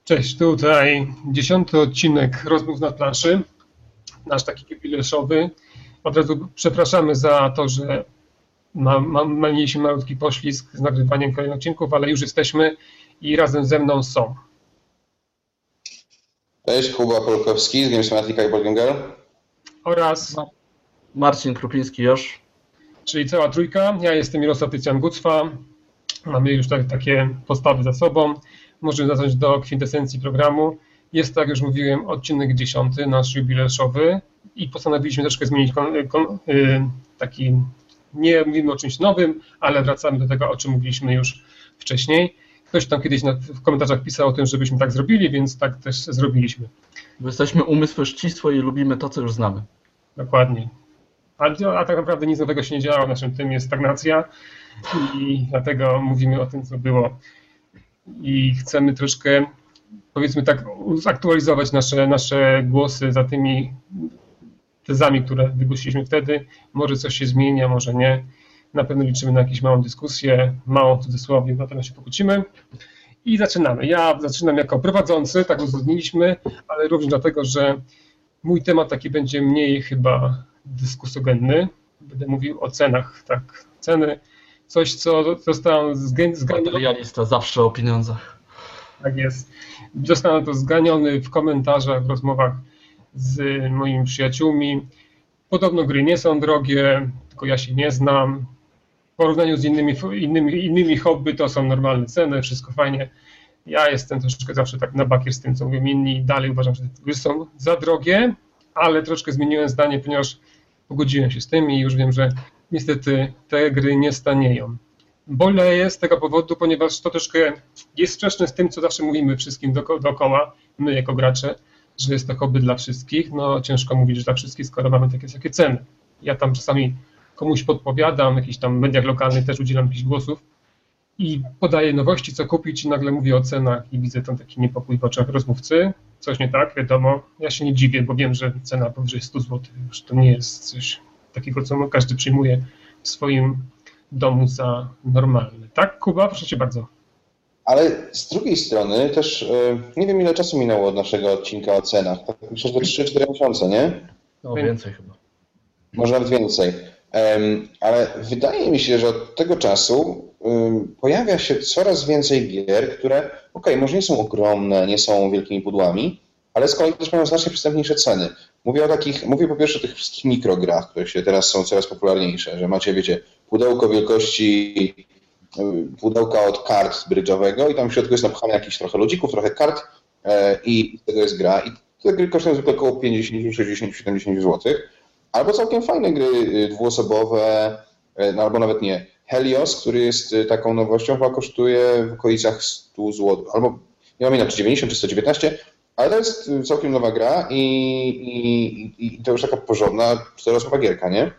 Cześć, tutaj 10. odcinek Rozmów na planszy, nasz taki jubileuszowy. Od razu przepraszamy za to, że mieliśmy malutki poślizg z nagrywaniem kolejnych odcinków, ale już jesteśmy i razem ze mną są. Cześć, Kuba Polkowski z Gamesmatica i Board Game Girl. Oraz Marcin Krupiński-Josz. Czyli cała trójka. Ja jestem Mirosław Tycjan-Gucwa. Mamy już takie podstawy za sobą. Możemy zacząć do kwintesencji programu. Jest, tak jak już mówiłem, odcinek 10, nasz jubileuszowy i postanowiliśmy troszkę zmienić taki, nie mówimy o czymś nowym, ale wracamy do tego, o czym mówiliśmy już wcześniej. Ktoś tam kiedyś w komentarzach pisał o tym, żebyśmy tak zrobili, więc tak też zrobiliśmy. Bo jesteśmy umysły ścisłe i lubimy to, co już znamy. Dokładnie. A tak naprawdę nic nowego się nie działo, naszym tym jest stagnacja i dlatego mówimy o tym, co było. I chcemy troszkę, powiedzmy tak, zaktualizować nasze głosy za tymi tezami, które wygłosiliśmy wtedy. Może coś się zmienia, może nie. Na pewno liczymy na jakąś małą dyskusję, małą w cudzysłowie, na pewno się pokłócimy. I zaczynamy. Ja zaczynam jako prowadzący, tak uzgodniliśmy, ale również dlatego, że mój temat taki będzie mniej chyba dyskusogenny. Będę mówił o cenach, tak, ceny. Coś, co zostało zganione. Materialista zawsze o pieniądzach. Tak jest. Zostałem to zganiony w komentarzach, w rozmowach z moimi przyjaciółmi. Podobno gry nie są drogie, tylko ja się nie znam. W porównaniu z innymi hobby to są normalne ceny, wszystko fajnie. Ja jestem troszeczkę zawsze tak na bakier z tym, co mówią inni. Dalej uważam, że te gry są za drogie, ale troszkę zmieniłem zdanie, ponieważ pogodziłem się z tym i już wiem, że niestety te gry nie stanieją. Boleję z tego powodu, ponieważ to troszkę jest sprzeczne z tym, co zawsze mówimy wszystkim dookoła, my jako gracze, że jest to hobby dla wszystkich. No ciężko mówić, że dla wszystkich, skoro mamy takie ceny. Ja tam czasami komuś podpowiadam, w jakichś tam mediach lokalnych też udzielam jakichś głosów i podaję nowości, co kupić i nagle mówię o cenach i widzę tam taki niepokój w oczach rozmówcy. Coś nie tak, wiadomo. Ja się nie dziwię, bo wiem, że cena powyżej 100 zł już to nie jest coś takiego, co każdy przyjmuje w swoim domu za normalne. Tak, Kuba? Proszę cię bardzo. Ale z drugiej strony też nie wiem, ile czasu minęło od naszego odcinka o cenach. Tak myślę, że 3-4 miesiące, nie? No więcej chyba. Może nawet więcej. Ale wydaje mi się, że od tego czasu pojawia się coraz więcej gier, które może nie są ogromne, nie są wielkimi pudłami, ale z kolei też mają znacznie przystępniejsze ceny. Mówię po pierwsze o tych wszystkich mikrograch, które się teraz są coraz popularniejsze, że macie, wiecie, pudełko wielkości pudełka od kart brydżowego i tam w środku jest napchane jakiś trochę ludzików, trochę kart i z tego jest gra. I te gry kosztują zwykle około 50, 60, 70 zł. Albo całkiem fajne gry dwuosobowe, no albo nawet nie. Helios, który jest taką nowością, chyba kosztuje w okolicach 100 zł, albo nie mam inaczej, 90 czy 119, ale to jest całkiem nowa gra i to już taka porządna, 4-osobowa gierka, nie?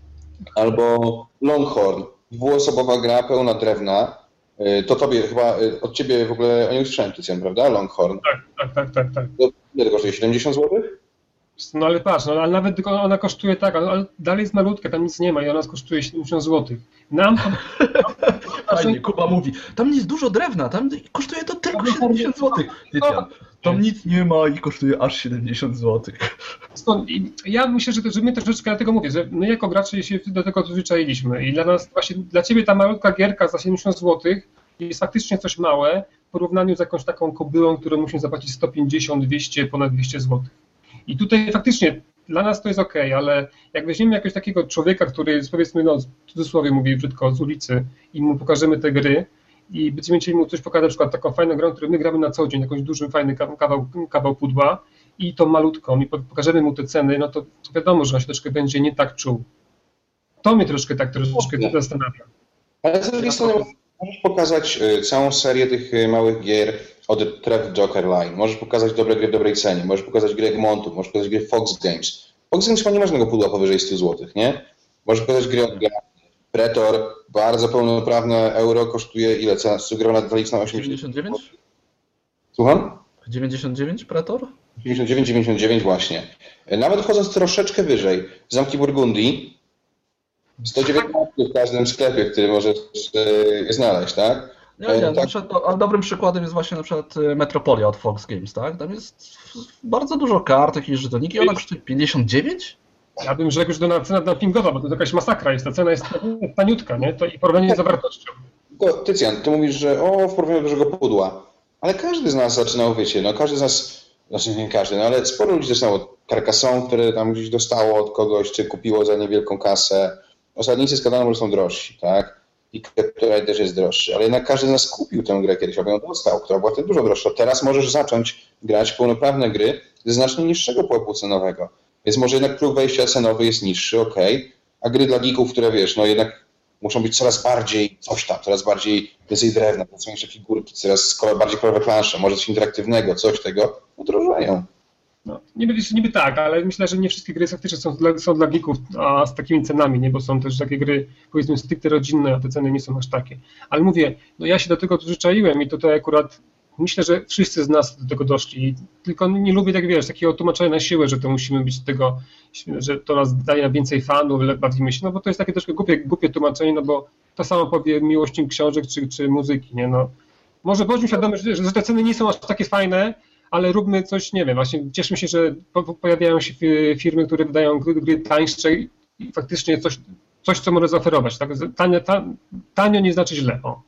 Albo Longhorn, dwuosobowa gra pełna drewna. To tobie chyba, od ciebie w ogóle o nie usłyszałem, Tycjan, prawda? Longhorn. Tak. Ile to kosztuje? 70 zł? No ale patrz, no, ale nawet tylko ona kosztuje tak, ale dalej jest malutka, tam nic nie ma i ona kosztuje 70 zł. Nam to... Fajnie, Kuba mówi, tam jest dużo drewna, tam kosztuje to tylko 70 zł. Tycjan, tam nic nie ma i kosztuje aż 70 zł. Ja myślę, że my troszeczkę dlatego mówię, że my jako gracze się do tego przyzwyczailiśmy i dla nas właśnie, dla ciebie ta malutka gierka za 70 zł jest faktycznie coś małe w porównaniu z jakąś taką kobyłą, którą musimy zapłacić 150, 200, ponad 200 zł. I tutaj faktycznie dla nas to jest okej, ale jak weźmiemy jakiegoś takiego człowieka, który jest, powiedzmy, no w cudzysłowie mówię brzydko, z ulicy i mu pokażemy te gry i będziemy chcieli mu coś pokazać, na przykład taką fajną grę, którą my gramy na co dzień, jakąś duży, fajny kawał pudła i to malutką i pokażemy mu te ceny, no to wiadomo, że on się troszkę będzie nie tak czuł. To mnie troszkę zastanawia. Ale z drugiej strony możesz pokazać całą serię tych małych gier od Trev Joker Line. Możesz pokazać dobre gry w dobrej cenie, możesz pokazać grę Egmontu, możesz pokazać grę Fox Games. Fox Games chyba nie ma żadnego pudła powyżej 100 zł, nie? Możesz pokazać grę od Pretor, bardzo pełnoprawne euro, kosztuje ile? Cena sugerowana dla na 99? Słucham? 99 Pretor? 99 właśnie. Nawet wchodząc troszeczkę wyżej, Zamki Burgundii, 119 w każdym sklepie, który możesz je znaleźć, tak? Nie, na Tak, przykład, a dobrym przykładem jest właśnie na przykład Metropolia od Fox Games, tak? Tam jest bardzo dużo kart, jakieś żetoniki, ona kosztuje 59? Ja bym rzekł, że to cena dumpingowa, bo to jakaś masakra jest. Ta cena jest taniutka, nie? To i porównanie z zawartością. tylko Tycjan, ty mówisz, że w porównaniu do dużego pudła, ale każdy z nas zaczynał, wiecie, no każdy z nas, znaczy nie każdy, no ale sporo ludzi dostało od Carcassonne, które tam gdzieś dostało od kogoś, czy kupiło za niewielką kasę. Osadnicy z Catanu może są drożsi, tak? I Capture też jest droższy, ale jednak każdy z nas kupił tę grę kiedyś, albo ją dostał, która była wtedy dużo droższa. Teraz możesz zacząć grać pełnoprawne gry ze znacznie niższego pułapu cenowego. Więc może jednak próg wejścia cenowy jest niższy, okej, a gry dla geeków, które wiesz, no jednak muszą być coraz bardziej coś tam, coraz bardziej więcej drewna, mocniejsze figurki, coraz bardziej kolorowe plansze, może coś interaktywnego, coś tego, no drożeją. No, niby tak, ale myślę, że nie wszystkie gry faktycznie są dla geeków, a z takimi cenami, nie? Bo są też takie gry, powiedzmy, stricte rodzinne, a te ceny nie są aż takie. Ale mówię, no ja się do tego przyzwyczaiłem i tutaj akurat myślę, że wszyscy z nas do tego doszli. Tylko nie lubię, tak wiesz, takiego tłumaczenia na siłę, że to musimy być tego, że to nas daje więcej fanów, bawimy się, no bo to jest takie troszkę głupie tłumaczenie, no bo to samo powie miłośnik książek czy muzyki, nie? No, może bądźmy świadomi, że te ceny nie są aż takie fajne, ale róbmy coś, nie wiem, właśnie cieszmy się, że pojawiają się firmy, które wydają gry tańsze i faktycznie coś co może zaoferować. Tak? Tanio nie znaczy źle. O.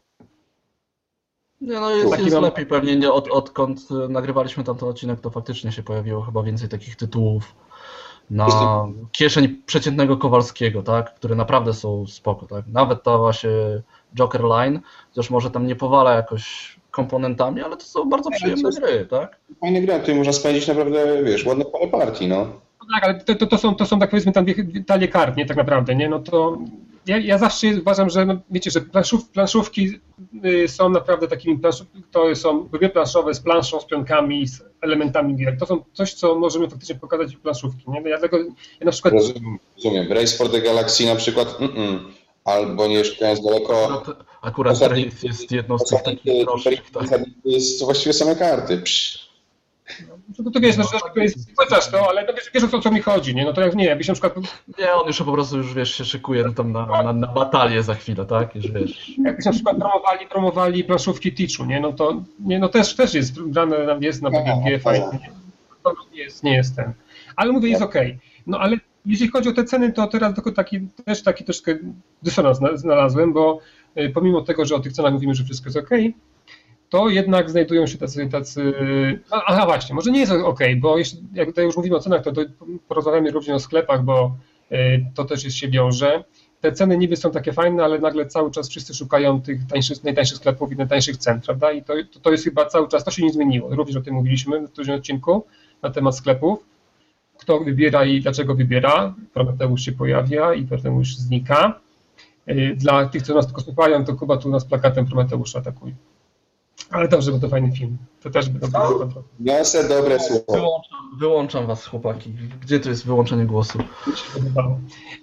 Nie, no jest lepiej pewnie, nie, odkąd nagrywaliśmy tamten odcinek, to faktycznie się pojawiło chyba więcej takich tytułów na kieszeń przeciętnego Kowalskiego, tak, które naprawdę są spoko, tak. Nawet ta właśnie Joker Line, chociaż może tam nie powala jakoś komponentami, ale to są bardzo przyjemne gry, tak? Fajne gry, na której można spędzić naprawdę, wiesz, ładne party, no. No tak, ale to są tak powiedzmy tam talie kart, nie, tak naprawdę, nie, no to ja zawsze uważam, że no, wiecie, że planszówki są naprawdę takimi, to są gry planszowe z planszą, z pionkami, z elementami gier. To są coś, co możemy faktycznie pokazać w planszówki, nie? Ja na przykład... Rozumiem. Race for the Galaxy na przykład, albo nie szukając daleko... Akurat Race jest jedną z tych takich droższych. To właściwie same karty. Psz. No to wiesz, że to jest chociaż to, ale wiesz o co mi chodzi, nie? No to jak nie, jakbyś na przykład... Nie, on już po prostu wiesz, się szykuje tam na batalię za chwilę, tak? Już wiesz. Jakbyś na przykład promowali planszówki Teachu, nie? No to nie, no też jest brane, jest na BGG, fajnie. To nie jest ten. Ale mówię, jest okej. No ale jeśli chodzi o te ceny, to teraz tylko taki troszkę dysonans znalazłem, bo pomimo tego, że o tych cenach mówimy, że wszystko jest okej, to jednak znajdują się tacy... Aha, właśnie, może nie jest okej, bo jak tutaj już mówimy o cenach, to porozmawiamy również o sklepach, bo to też się wiąże. Te ceny niby są takie fajne, ale nagle cały czas wszyscy szukają tych najtańszych sklepów i najtańszych cen, prawda? I to jest chyba cały czas, to się nie zmieniło. Również o tym mówiliśmy w którymś odcinku na temat sklepów. Kto wybiera i dlaczego wybiera. Prometeusz się pojawia i Prometeusz znika. Dla tych, co nas tylko słuchają, to Kuba tu nas plakatem Prometeusza atakuje. Ale dobrze, bo to fajny film. To też by dobrze. Niosę dobre słowo. Wyłączam was, chłopaki. Gdzie tu jest wyłączenie głosu? Mi się podobało.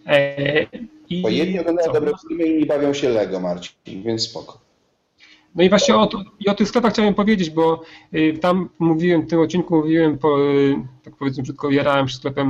Bo jedni oglądają dobre filmy i bawią się Lego, Marcin, więc spoko. No i właśnie o tych sklepach chciałem powiedzieć, bo tam mówiłem, w tym odcinku mówiłem, tak powiedzmy krótko, jarałem się sklepem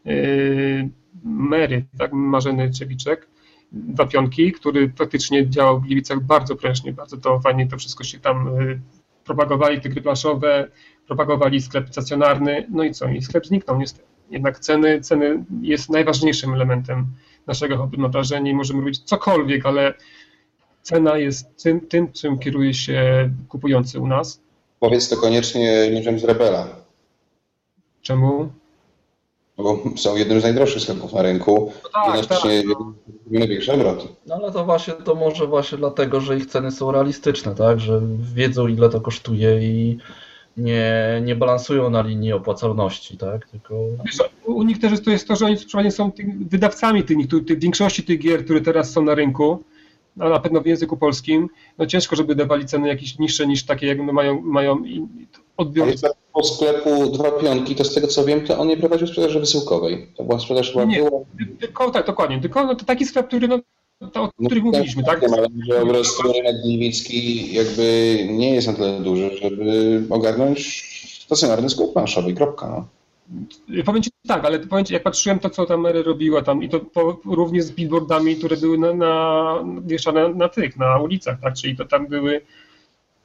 Mary, tak, Marzeny Czewiczek, 2 pionki, który praktycznie działał w Gliwicach bardzo prężnie, bardzo to fajnie, to wszystko się tam propagowali, te gry planszowe, propagowali sklep stacjonarny, no i co, i sklep zniknął niestety. Jednak ceny jest najważniejszym elementem naszego hobby, mam wrażenie, możemy robić cokolwiek, ale cena jest tym, czym kieruje się kupujący u nas. Powiedz to koniecznie ludziom z Rebela. Czemu? Bo są jednym z najdroższych sklepów na rynku. No tak, jednocześnie największe obroty. No ale to może właśnie dlatego, że ich ceny są realistyczne, tak? Że wiedzą, ile to kosztuje i nie balansują na linii opłacalności, tak? Tylko... Wiesz, u nich też jest to, że oni przeważnie są wydawcami większości tych gier, które teraz są na rynku, a na pewno w języku polskim, no ciężko, żeby dawali ceny jakieś niższe niż takie, jak mają odbiorcy. Ale po sklepu 2 pionki, to z tego co wiem, to on nie prowadził sprzedaży wysyłkowej. To była sprzedaż chyba... Nie, tylko tak, dokładnie. Tylko no, to taki sklep, który, o których mówiliśmy, tak? Ale że po prostu rynek gliwicki jakby nie jest na tyle duży, żeby ogarnąć stacjonarny sklep planszowy, kropka. No. Powiem Ci tak, ale powiem Ci, jak patrzyłem to, co ta Mary robiła tam i to również z billboardami, które były wieszane na ulicach, tak? Czyli to tam były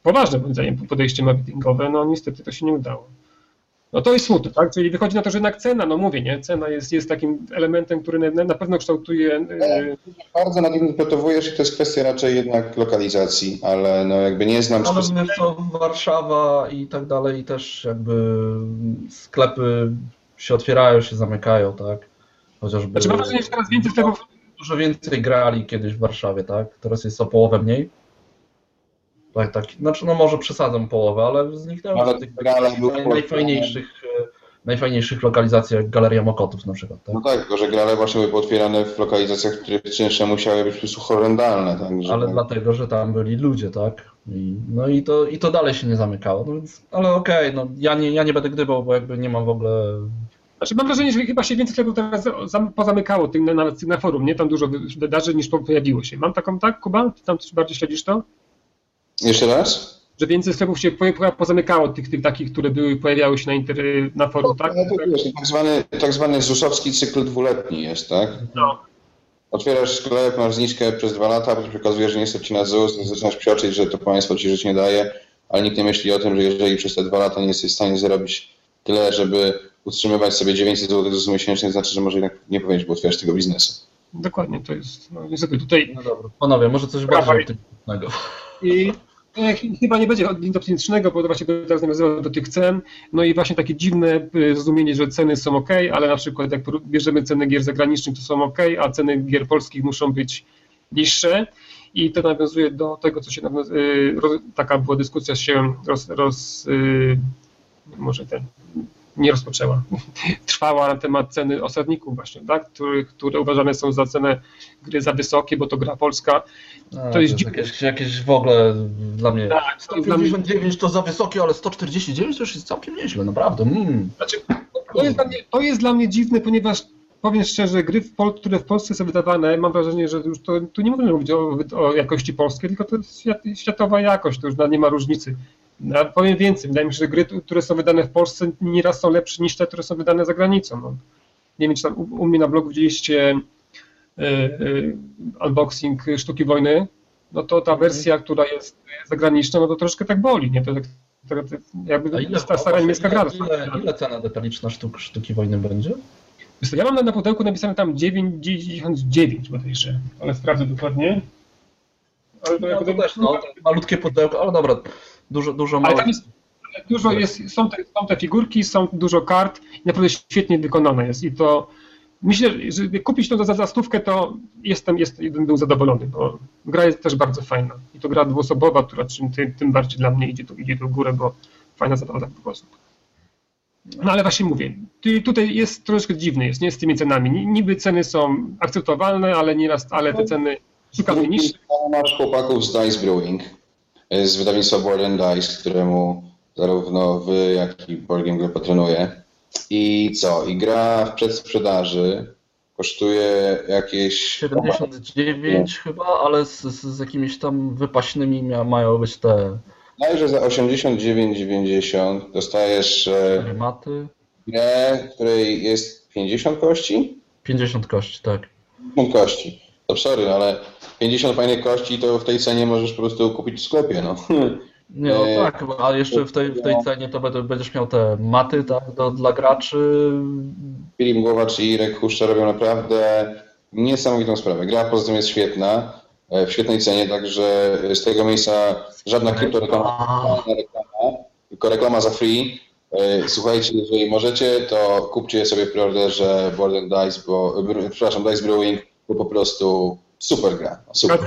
poważne moim zdaniem podejście marketingowe, no niestety to się nie udało. No to jest smutne, tak? Czyli wychodzi na to, że jednak cena, no mówię, nie? Cena jest takim elementem, który na pewno kształtuje... Bardzo nadinterpretowujesz i to jest kwestia raczej jednak lokalizacji, ale no jakby nie znam... Ale miasto Warszawa i tak dalej, i też jakby sklepy się otwierają, się zamykają, tak? Chociażby... Znaczy mam wrażenie, że teraz więcej z tego... Dużo więcej grali kiedyś w Warszawie, tak? Teraz jest o połowę mniej. Tak. Znaczy, no może przesadzam połowę, ale zniknęło z tych najfajniejszych lokalizacji, jak Galeria Mokotów na przykład. Tak? No tak, tylko że grale właśnie były otwierane w lokalizacjach, które czynsze musiały być po prostu horrendalne. Tak, że... Ale dlatego, że tam byli ludzie, tak? I to dalej się nie zamykało. No więc, ale okej, no ja nie będę gdybał, bo jakby nie mam w ogóle... Znaczy mam wrażenie, że chyba się więcej sklepów teraz pozamykało nawet na forum, nie? Tam dużo wydarzeń niż pojawiło się. Mam taką, tak, Kuba? Ty tam bardziej śledzisz to? Jeszcze raz? Że więcej sklepów się pozamykało tych takich, które pojawiały się na forum, tak? Tak zwany ZUS-owski cykl dwuletni jest, tak? No. Otwierasz sklep, masz zniżkę przez 2 lata, potem się okazuje, że nie stać ci na ZUS, zaczynasz psioczyć, że to państwo ci żyć nie daje, ale nikt nie myśli o tym, że jeżeli przez te 2 lata nie jesteś w stanie zarobić tyle, żeby utrzymywać sobie 900 zł do sumy miesięcznej, znaczy, że może jednak nie powinieneś otwierać tego biznesu. Dokładnie, to jest, no niestety tutaj... No dobra, panowie, może coś bardziej optymistycznego. I chyba nie będzie nic optymistycznego, bo właśnie teraz nawiązywał do tych cen, no i właśnie takie dziwne zrozumienie, że ceny są ok, ale na przykład jak bierzemy ceny gier zagranicznych, to są ok, a ceny gier polskich muszą być niższe i to nawiązuje do tego, co się taka była dyskusja się nie rozpoczęła, trwała na temat ceny osadników właśnie, tak? które uważane są za cenę gry za wysokie, bo to gra polska. To jest jakieś w ogóle dla mnie... Tak, 159 to za wysokie, ale 149 to już jest całkiem nieźle, naprawdę. Znaczy, to jest dla mnie dziwne, ponieważ powiem szczerze, gry, które w Polsce są wydawane, mam wrażenie, że już tu nie możemy mówić o jakości polskiej, tylko to jest światowa jakość, to już nie ma różnicy. Ja powiem więcej, wydaje mi się, że gry, które są wydane w Polsce nieraz są lepsze niż te, które są wydane za granicą. No. Nie wiem, czy tam u mnie na blogu widzieliście unboxing Sztuki Wojny, no to ta wersja, która jest zagraniczna, no to troszkę tak boli, nie? To jakby ta stara niemiecka gra. Ile cena detaliczna Sztuki Wojny będzie? Ja mam na pudełku napisane tam 9,99 bodajże, ale sprawdzę dokładnie. Ale to też, malutkie pudełko, ale dobra, dużo mało. Ale tam są te figurki, są dużo kart i naprawdę świetnie wykonane jest i to myślę, że kupić to za stówkę, to jeden był zadowolony, bo gra jest też bardzo fajna i to gra dwuosobowa, która tym bardziej dla mnie idzie do góry, bo fajna zabawa po prostu. No ale właśnie mówię, tutaj jest troszkę dziwny jest, nie z tymi cenami. Niby ceny są akceptowalne, ale te ceny szukamy niższe. Masz chłopaków z Dice Brewing, z wydawnictwa Board & Dice, któremu zarówno wy, jak i Board Game Group patronuje. I co? I gra w przedsprzedaży kosztuje jakieś... 79 chyba, ale z jakimiś tam wypaśnymi mają być te... Że za 89,90 dostajesz grę, w której jest 50 kości? 50 kości, tak. 50 kości. To sorry, ale 50 fajnych kości to w tej cenie możesz po prostu kupić w sklepie, no. Nie, no tak, a jeszcze w tej cenie to będziesz miał te maty tak, dla graczy. Filip Głowacz i Irek Huszcza robią naprawdę niesamowitą sprawę. Gra poza tym jest świetna, w świetnej cenie, także z tego miejsca żadna kryptoreklama, tylko reklama za free. Słuchajcie, jeżeli możecie, to kupcie sobie preorderze Board & Dice, Dice Brewing, bo po prostu super gra. Super.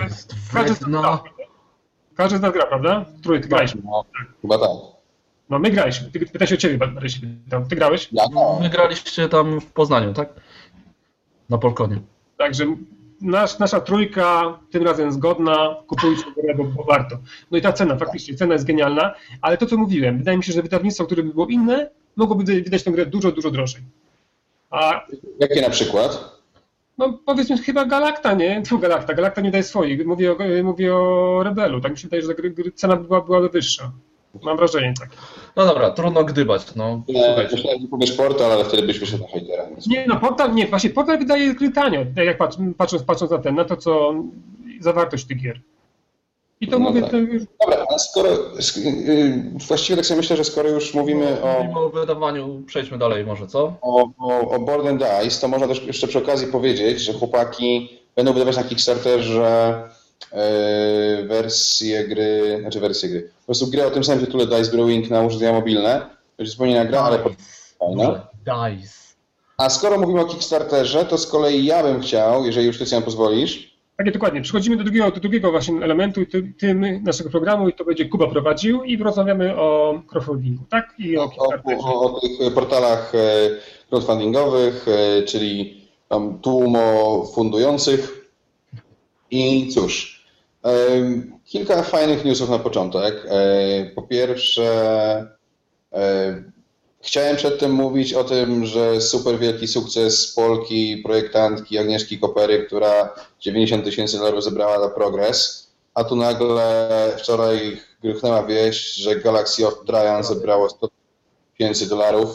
Każdy z nas gra, prawda? Trójkę graliśmy. No, chyba tak. No my graliśmy. Pytaj się o ciebie, ty grałeś? Ja, no. My graliście tam w Poznaniu, tak? Na Polkonie. Także nasza trójka tym razem zgodna, kupujcie grę, bo warto. No i ta cena, faktycznie, cena jest genialna, ale to co mówiłem, wydaje mi się, że wydawnictwo, które by było inne, mogłoby wydać tę grę dużo, dużo drożej. Jakie na przykład? No powiedzmy chyba Galacta, nie? Galacta nie daje swoich. Mówię o Rebelu. Tak mi się wydaje, że cena byłaby wyższa. Mam wrażenie takie. No dobra, trudno gdybać. No. Myślałem, że powiesz Portal, ale wtedy byś wyszedł na hejtera. Nie, no Portal nie. Właśnie Portal wydaje gry tanio. Jak patrząc na to, co zawartość tych gier. I to mówię, tak. To już... Dobra, ale właściwie tak sobie myślę, że skoro już mówimy o wydawaniu, przejdźmy dalej może, co? O Board and Dice, to można też jeszcze przy okazji powiedzieć, że chłopaki będą wydawać na Kickstarterze wersję gry, po prostu grę o tym samym tytule Dice Brewing na urządzenia mobilne. To jest zupełnie inna gra, ale fajna. Dice. A skoro mówimy o Kickstarterze, to z kolei ja bym chciał, jeżeli już Krystian pozwolisz. Tak, dokładnie. Przechodzimy do drugiego właśnie elementu naszego programu i to będzie Kuba prowadził i porozmawiamy o crowdfundingu, tak? I o Kickstarterze. O tych portalach crowdfundingowych, czyli tam tłumo fundujących. I cóż, kilka fajnych newsów na początek. Po pierwsze, chciałem przedtem mówić o tym, że super wielki sukces Polki, projektantki Agnieszki Kopery, która $90 000 zebrała na Progress, a tu nagle wczoraj gruchnęła wieść, że Galaxy of Traian zebrało $100,000.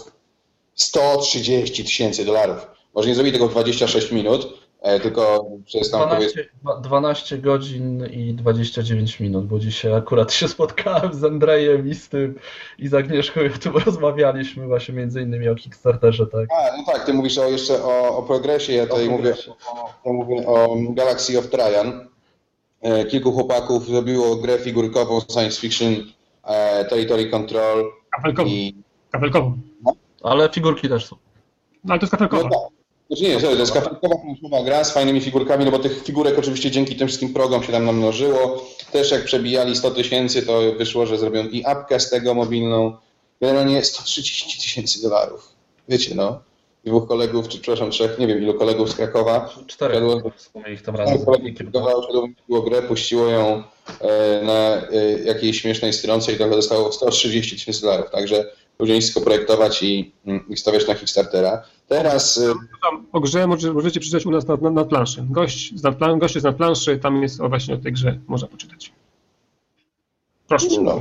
$130,000. Może nie zrobili tego w 26 minut, tylko przez tam 12 godzin i 29 minut, bo dzisiaj akurat się spotkałem z Andrejem i z Agnieszką i tu rozmawialiśmy właśnie między innymi o Kickstarterze, tak? No tak, ty mówisz jeszcze o progresie, ja tutaj mówię o Galaxy of Traian. Kilku chłopaków zrobiło grę figurkową science fiction Territory Control. Kafelkową. Ale figurki też są. No, ale to jest kafelkowa. No tak. Znaczy nie, to jest kafelkowa gra z fajnymi figurkami, no bo tych figurek oczywiście dzięki tym wszystkim progom się tam namnożyło. Też jak przebijali 100,000, to wyszło, że zrobią i apkę z tego mobilną. Generalnie $130,000. Wiecie, no. Dwóch kolegów, trzech, nie wiem ilu kolegów z Krakowa. 4 ich tam razem. Było grę, puściło ją na jakiejś śmiesznej stronce i trochę dostało $130,000. Także ludzie nisko projektować i stawiać na Kickstartera. Teraz... O grze możecie przeczytać u nas na planszy. Gość jest na planszy, tam jest właśnie o tej grze, można poczytać. Proszę. No.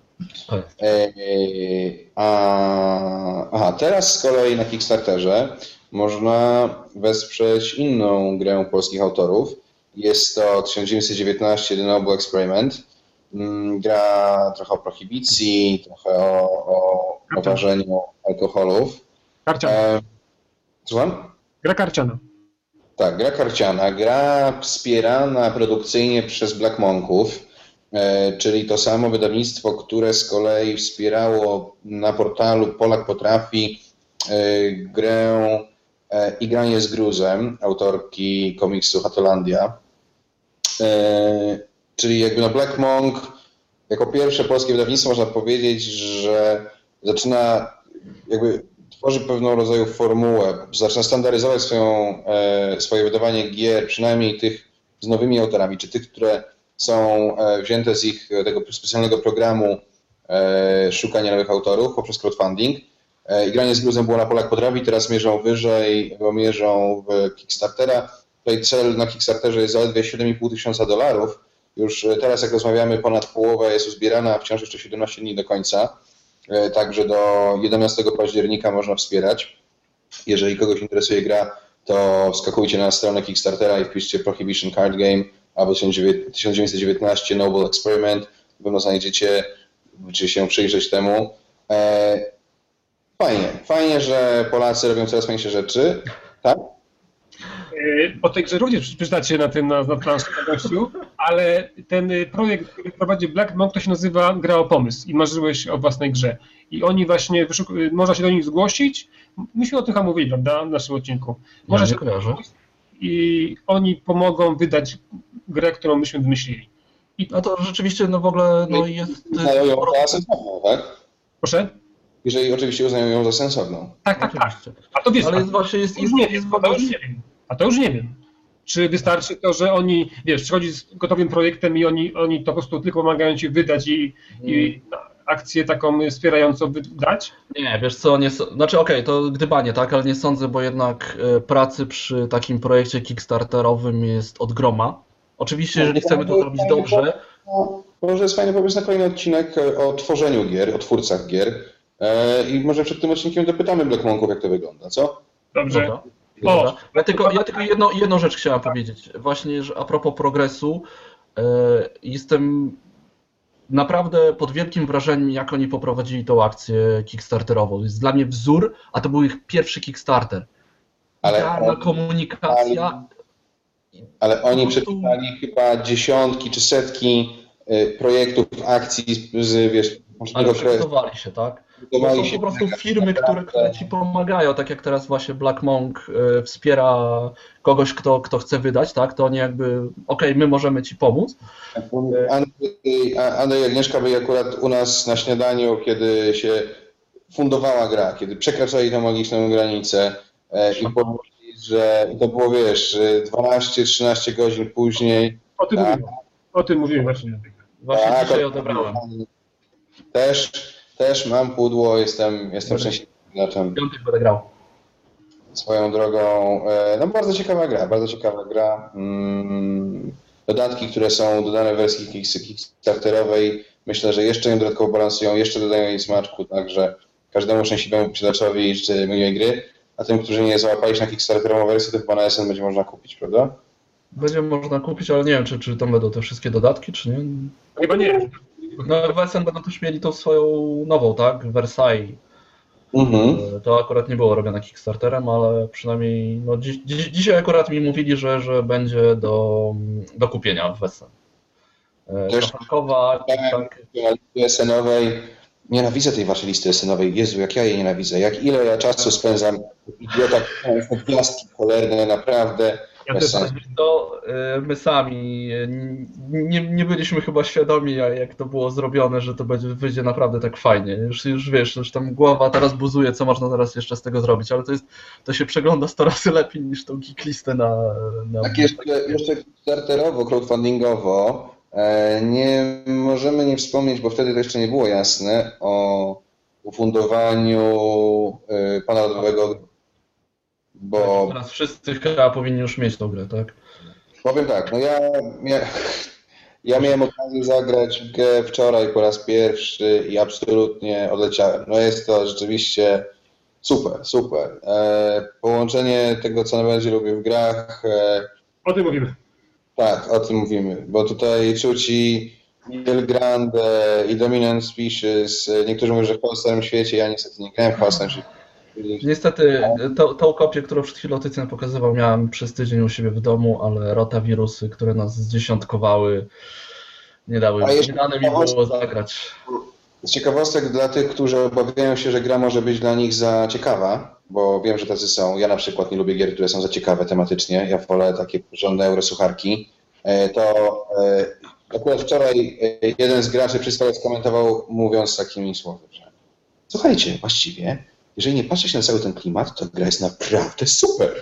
Teraz z kolei na Kickstarterze można wesprzeć inną grę polskich autorów. Jest to 1919 The Noble Experiment. Gra trochę o prohibicji, trochę o ważeniu alkoholów. Karciana. Słucham? Gra karciana. Tak, gra karciana. Gra wspierana produkcyjnie przez Black Monków, czyli to samo wydawnictwo, które z kolei wspierało na portalu Polak Potrafi grę Igranie z gruzem autorki komiksu Hatolandia. Czyli jakby Black Monk jako pierwsze polskie wydawnictwo można powiedzieć, że zaczyna tworzy pewnego rodzaju formułę, zaczyna standaryzować swoje wydawanie gier, przynajmniej tych z nowymi autorami, czy tych, które są wzięte z ich tego specjalnego programu szukania nowych autorów poprzez crowdfunding. Granie z gruzem było na Polak Potrafi, teraz mierzą wyżej, bo mierzą w Kickstartera. Tutaj cel na Kickstarterze jest zaledwie $7,500. Już teraz, jak rozmawiamy, ponad połowa jest uzbierana, wciąż jeszcze 17 dni do końca. Także do 11 października można wspierać. Jeżeli kogoś interesuje gra, to wskakujcie na stronę Kickstartera i wpiszcie Prohibition Card Game albo 1919 Noble Experiment. Na pewno znajdziecie, czy się przyjrzeć temu. Fajnie, że Polacy robią coraz fajniejsze rzeczy, tak? O tej grze również przeczytacie na planszy gościu, ale ten projekt, który prowadzi Black Monk, to się nazywa Gra o pomysł i marzyłeś o własnej grze. I oni właśnie, można się do nich zgłosić. Myśmy o tym chyba mówili, prawda, w naszym odcinku. Można się kojarzy. I oni pomogą wydać grę, którą myśmy wymyślili. No to rzeczywiście w ogóle jest... Uznają ją za sensowną, tak? Proszę? Jeżeli oczywiście uznają ją za sensowną. Tak. A to wiesz, ale jest A to już nie wiem. Czy wystarczy to, że oni, przychodzi z gotowym projektem i oni to po prostu tylko pomagają ci wydać i akcję taką wspierającą wydać? Nie, wiesz co, znaczy to gdybanie, tak, ale nie sądzę, bo jednak pracy przy takim projekcie kickstarterowym jest od groma. Oczywiście, jeżeli chcemy to robić dobrze... Może jest fajny pomysł na kolejny odcinek o tworzeniu gier, o twórcach gier i może przed tym odcinkiem dopytamy Black Monków, jak to wygląda, co? Dobrze. Ja tylko jedną rzecz chciałem powiedzieć. Właśnie, że a propos progresu, Jestem naprawdę pod wielkim wrażeniem, jak oni poprowadzili tą akcję kickstarterową. Jest dla mnie wzór, a to był ich pierwszy Kickstarter. Idealna komunikacja. Ale oni przeczytali chyba dziesiątki czy setki projektów, akcji z ale przygotowali się, tak? To są po prostu firmy, które ci pomagają, tak jak teraz właśnie Black Monk wspiera kogoś, kto chce wydać, tak? To oni jakby, my możemy ci pomóc. Andrzej i Agnieszka byli akurat u nas na śniadaniu, kiedy się fundowała gra, kiedy przekraczali tę magiczną granicę i powiedzieli, że to było, 12-13 godzin później. O tym mówiłem właśnie. Właśnie dzisiaj odebrałem. Też mam pudło, jestem szczęśliwy. Piątek będę grał. Swoją drogą, bardzo ciekawa gra. Dodatki, które są dodane w wersji kickstarterowej, myślę, że jeszcze ją dodatkowo balansują, jeszcze dodają jej smaczku, także każdemu szczęśliwemu posiadaczowi życzę miłej gry, a tym, którzy nie załapali się na kickstarterową wersję, to chyba na SN będzie można kupić, prawda? Będzie można kupić, ale nie wiem, czy tam będą te wszystkie dodatki, czy nie? Chyba nie. No w SN będą też mieli tą swoją nową, tak? Versailles. To akurat nie było robione Kickstarterem, ale przynajmniej dzisiaj akurat mi mówili, że będzie do kupienia w SN. Frankowa, tak. SN-owej. Nienawidzę tej waszej listy SN-owej. Jezu, jak ja jej nienawidzę. Ile ja czasu spędzam w idiotach, gwiazdki cholerne, naprawdę. To my sami nie byliśmy chyba świadomi, jak to było zrobione, że to wyjdzie naprawdę tak fajnie. Już wiesz, już tam głowa teraz buzuje, co można teraz jeszcze z tego zrobić, ale to się przegląda 100 razy lepiej niż tą geeklistę na... Tak, jeszcze starterowo, crowdfundingowo nie możemy nie wspomnieć, bo wtedy to jeszcze nie było jasne, o ufundowaniu pana lodowego. Bo teraz wszyscy chyba powinni już mieć tą grę, tak? Powiem tak, ja miałem okazję zagrać w grę wczoraj po raz pierwszy i absolutnie odleciałem. Jest to rzeczywiście super. Połączenie tego, co najbardziej lubię w grach. O tym mówimy. Tak, o tym mówimy, bo tutaj czuć i Il Grande, i Dominant Species. Niektórzy mówią, że w Starym Świecie, ja niestety nie grałem w Starym Świecie. Niestety tą kopię, którą przed chwilą Tycjan pokazywał, miałem przez tydzień u siebie w domu, ale rotawirusy, które nas zdziesiątkowały, nie dane mi było zagrać. Z ciekawostek dla tych, którzy obawiają się, że gra może być dla nich za ciekawa, bo wiem, że tacy są. Ja na przykład nie lubię gier, które są za ciekawe tematycznie. Ja wolę takie porządne eurosucharki. To akurat wczoraj jeden z graczy przy stole skomentował, mówiąc takimi słowy, że słuchajcie, właściwie jeżeli nie patrzeć na cały ten klimat, to gra jest naprawdę super.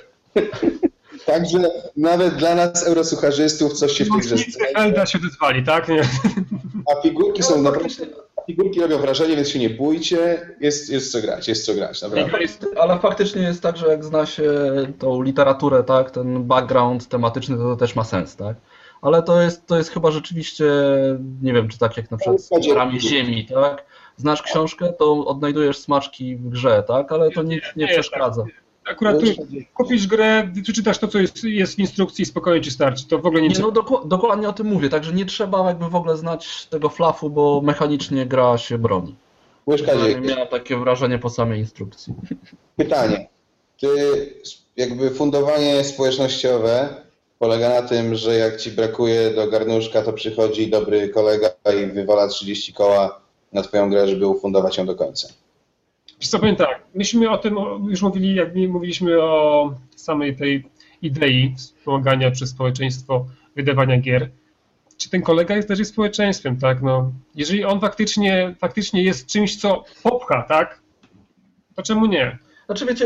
Także nawet dla nas eurosucharzystów coś się w tej grze Elda się odezwali, tak? Nie. A figurki są naprawdę... Figurki robią wrażenie, więc się nie bójcie. Jest co grać, naprawdę. Ale faktycznie jest tak, że jak zna się tą literaturę, tak, ten background tematyczny, to też ma sens, tak? Ale to jest chyba rzeczywiście, nie wiem, czy tak jak na przykład z Ramię Ziemi, tak? Znasz książkę, to odnajdujesz smaczki w grze, tak? Ale to nie przeszkadza. Akurat tu kupisz grę, przeczytasz to, co jest w instrukcji i spokojnie ci starczy. To w ogóle nie trzeba. Dokładnie o tym mówię, także nie trzeba jakby w ogóle znać tego flafu, bo mechanicznie gra się broni. Miałem takie wrażenie po samej instrukcji. Pytanie. Ty jakby fundowanie społecznościowe polega na tym, że jak ci brakuje do garnuszka, to przychodzi dobry kolega i wywala 30 koła na twoją grę, żeby ufundować ją do końca. Wiesz co, powiem tak, myśmy o tym już mówili, jak mówiliśmy o samej tej idei wspomagania przez społeczeństwo wydawania gier. Czy ten kolega też jest społeczeństwem, tak? Jeżeli on faktycznie jest czymś, co popcha, tak? To czemu nie? Znaczy wiecie,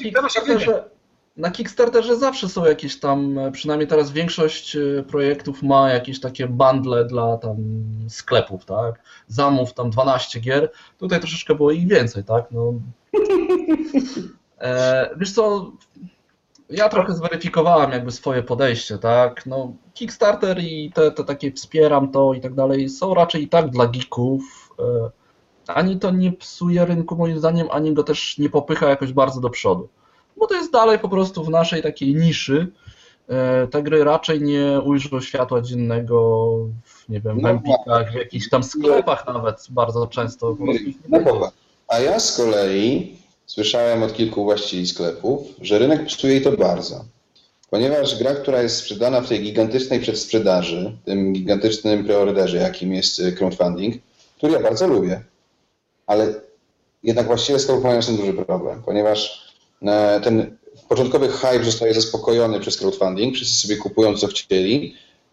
na Kickstarterze zawsze są jakieś tam, przynajmniej teraz większość projektów ma jakieś takie bundle dla tam sklepów, tak? Zamów tam 12 gier, tutaj troszeczkę było ich więcej, tak? Wiesz co, ja trochę zweryfikowałem jakby swoje podejście, tak? Kickstarter i te takie wspieram to i tak dalej są raczej i tak dla geeków. Ani to nie psuje rynku moim zdaniem, ani go też nie popycha jakoś bardzo do przodu. Bo to jest dalej po prostu w naszej takiej niszy te gry raczej nie ujrzą światła dziennego w, nie wiem, w Empikach, w jakichś tam sklepach nawet bardzo często. A ja z kolei słyszałem od kilku właścicieli sklepów, że rynek psuje i to bardzo. Ponieważ gra, która jest sprzedana w tej gigantycznej przedsprzedaży, tym gigantycznym preorderze, jakim jest crowdfunding, który ja bardzo lubię, ale jednak właściciele sklepów mają z tym duży problem, ponieważ ten początkowy hype zostaje zaspokojony przez crowdfunding, wszyscy sobie kupują co chcieli,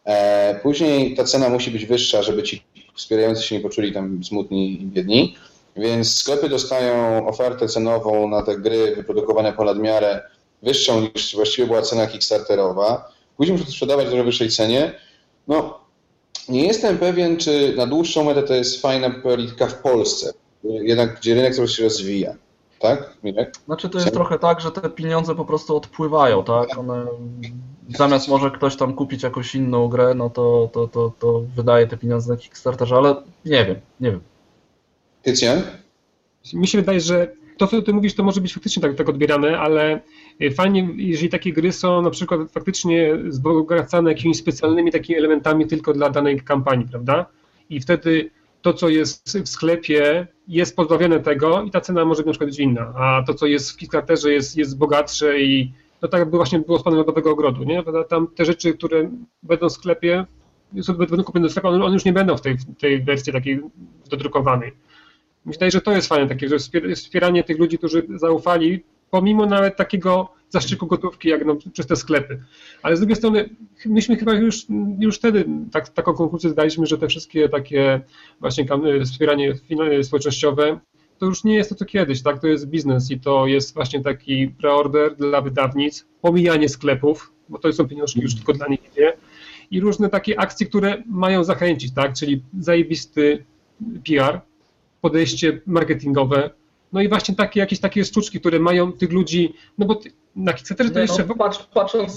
później ta cena musi być wyższa, żeby ci wspierający się nie poczuli tam smutni i biedni, więc sklepy dostają ofertę cenową na te gry wyprodukowane ponad miarę wyższą niż właściwie była cena kickstarterowa. Później muszą to sprzedawać w dużo wyższej cenie. No, nie jestem pewien, czy na dłuższą metę to jest fajna polityka w Polsce, jednak gdzie rynek coraz się rozwija. Tak, Mirek? Znaczy to jest trochę tak, że te pieniądze po prostu odpływają, tak? One, zamiast może ktoś tam kupić jakąś inną grę, no to wydaje te pieniądze na Kickstarterze, ale nie wiem. Tycjan? Mi się wydaje, że to, co ty mówisz, to może być faktycznie tak odbierane, ale fajnie, jeżeli takie gry są na przykład faktycznie wzbogacane jakimiś specjalnymi takimi elementami tylko dla danej kampanii, prawda? I wtedy to, co jest w sklepie, jest pozbawione tego i ta cena może na przykład być inna, a to, co jest w Kickstarterze, jest bogatsze i no tak jakby właśnie było z Panem Lodowego Ogrodu, nie? Tam te rzeczy, które będą w sklepie, będą kupione do sklepu, one już nie będą w tej wersji takiej dodrukowanej. Myślę, że to jest fajne, takie, że wspieranie tych ludzi, którzy zaufali, pomimo nawet takiego zaszczyku gotówki, jak no, przez te sklepy. Ale z drugiej strony, myśmy chyba już wtedy taką konkluzję zdaliśmy, że te wszystkie takie właśnie wspieranie społecznościowe, to już nie jest to, co kiedyś, tak? To jest biznes i to jest właśnie taki preorder dla wydawnic, pomijanie sklepów, bo to są pieniążki już tylko dla nich, nie? I różne takie akcje, które mają zachęcić, tak? Czyli zajebisty PR, podejście marketingowe, no i właśnie jakieś takie sztuczki, które mają tych ludzi, no bo na Kickstarterze to jeszcze... Patrząc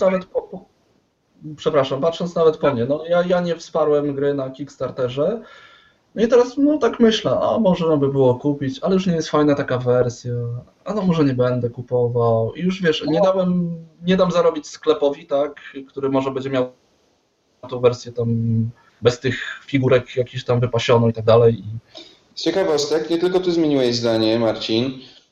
nawet po mnie, no ja nie wsparłem gry na Kickstarterze, no i teraz no tak myślę, a może by było kupić, ale już nie jest fajna taka wersja, a no może nie będę kupował i już wiesz, nie dam zarobić sklepowi, tak, który może będzie miał tą wersję tam bez tych figurek jakichś tam wypasioną i tak dalej. Z ciekawostek, nie tylko ty zmieniłeś zdanie, Marcin,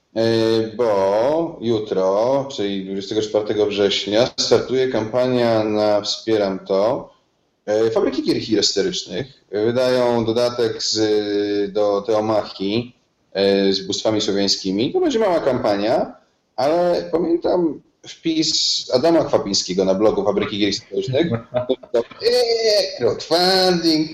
bo jutro, czyli 24 września, startuje kampania na Wspieram To. Fabryki gier histerycznych wydają dodatek do Teomachii z bóstwami słowiańskimi. To będzie mała kampania, ale pamiętam wpis Adama Kwapińskiego na blogu Fabryki gier histerycznych. Crowdfunding,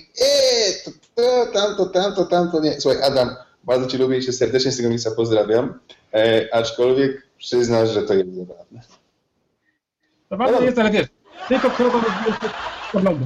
tamto, nie. Słuchaj, Adam, bardzo cię lubię i cię serdecznie z tego miejsca pozdrawiam, aczkolwiek przyznasz, że to jest zabawne. Zabawne jest, ale wiesz, tylko krowa nie poglądu.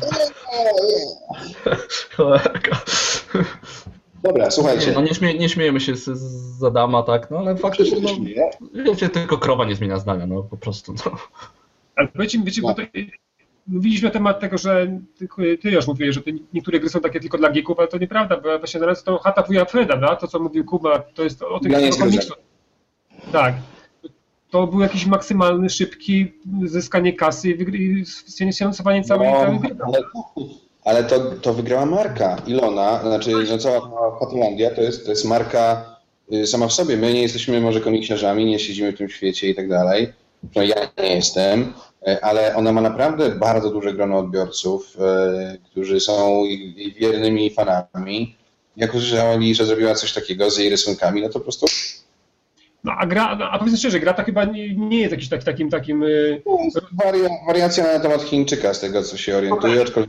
Dobra, słuchajcie. No nie śmiejemy się z Adama, tak, no ale faktycznie, no, wiecie, tylko krowa nie zmienia zdania, no po prostu. No. Ale wiecie, bo to, mówiliśmy na temat tego, że ty już mówiłeś, że niektóre gry są takie tylko dla geeków, ale to nieprawda, bo właśnie teraz to chata wuja Freda, prawda? To co mówił Kuba, to jest o tym komiksu. Tak. To był jakiś maksymalny, szybki zyskanie kasy i sfinansowanie całej gry. Ale to wygrała marka Ilona, znaczy no cała Fatulandia to jest marka sama w sobie. My nie jesteśmy może komiksiarzami, nie siedzimy w tym świecie i tak dalej. No ja nie jestem, ale ona ma naprawdę bardzo duże grono odbiorców, którzy są jej wiernymi fanami. Jak usłyszeli, że zrobiła coś takiego z jej rysunkami, no to po prostu... No a powiedzmy szczerze, gra ta chyba nie jest jakiś takim... No, jest wariacja na temat Chińczyka, z tego co się orientuję, aczkolwiek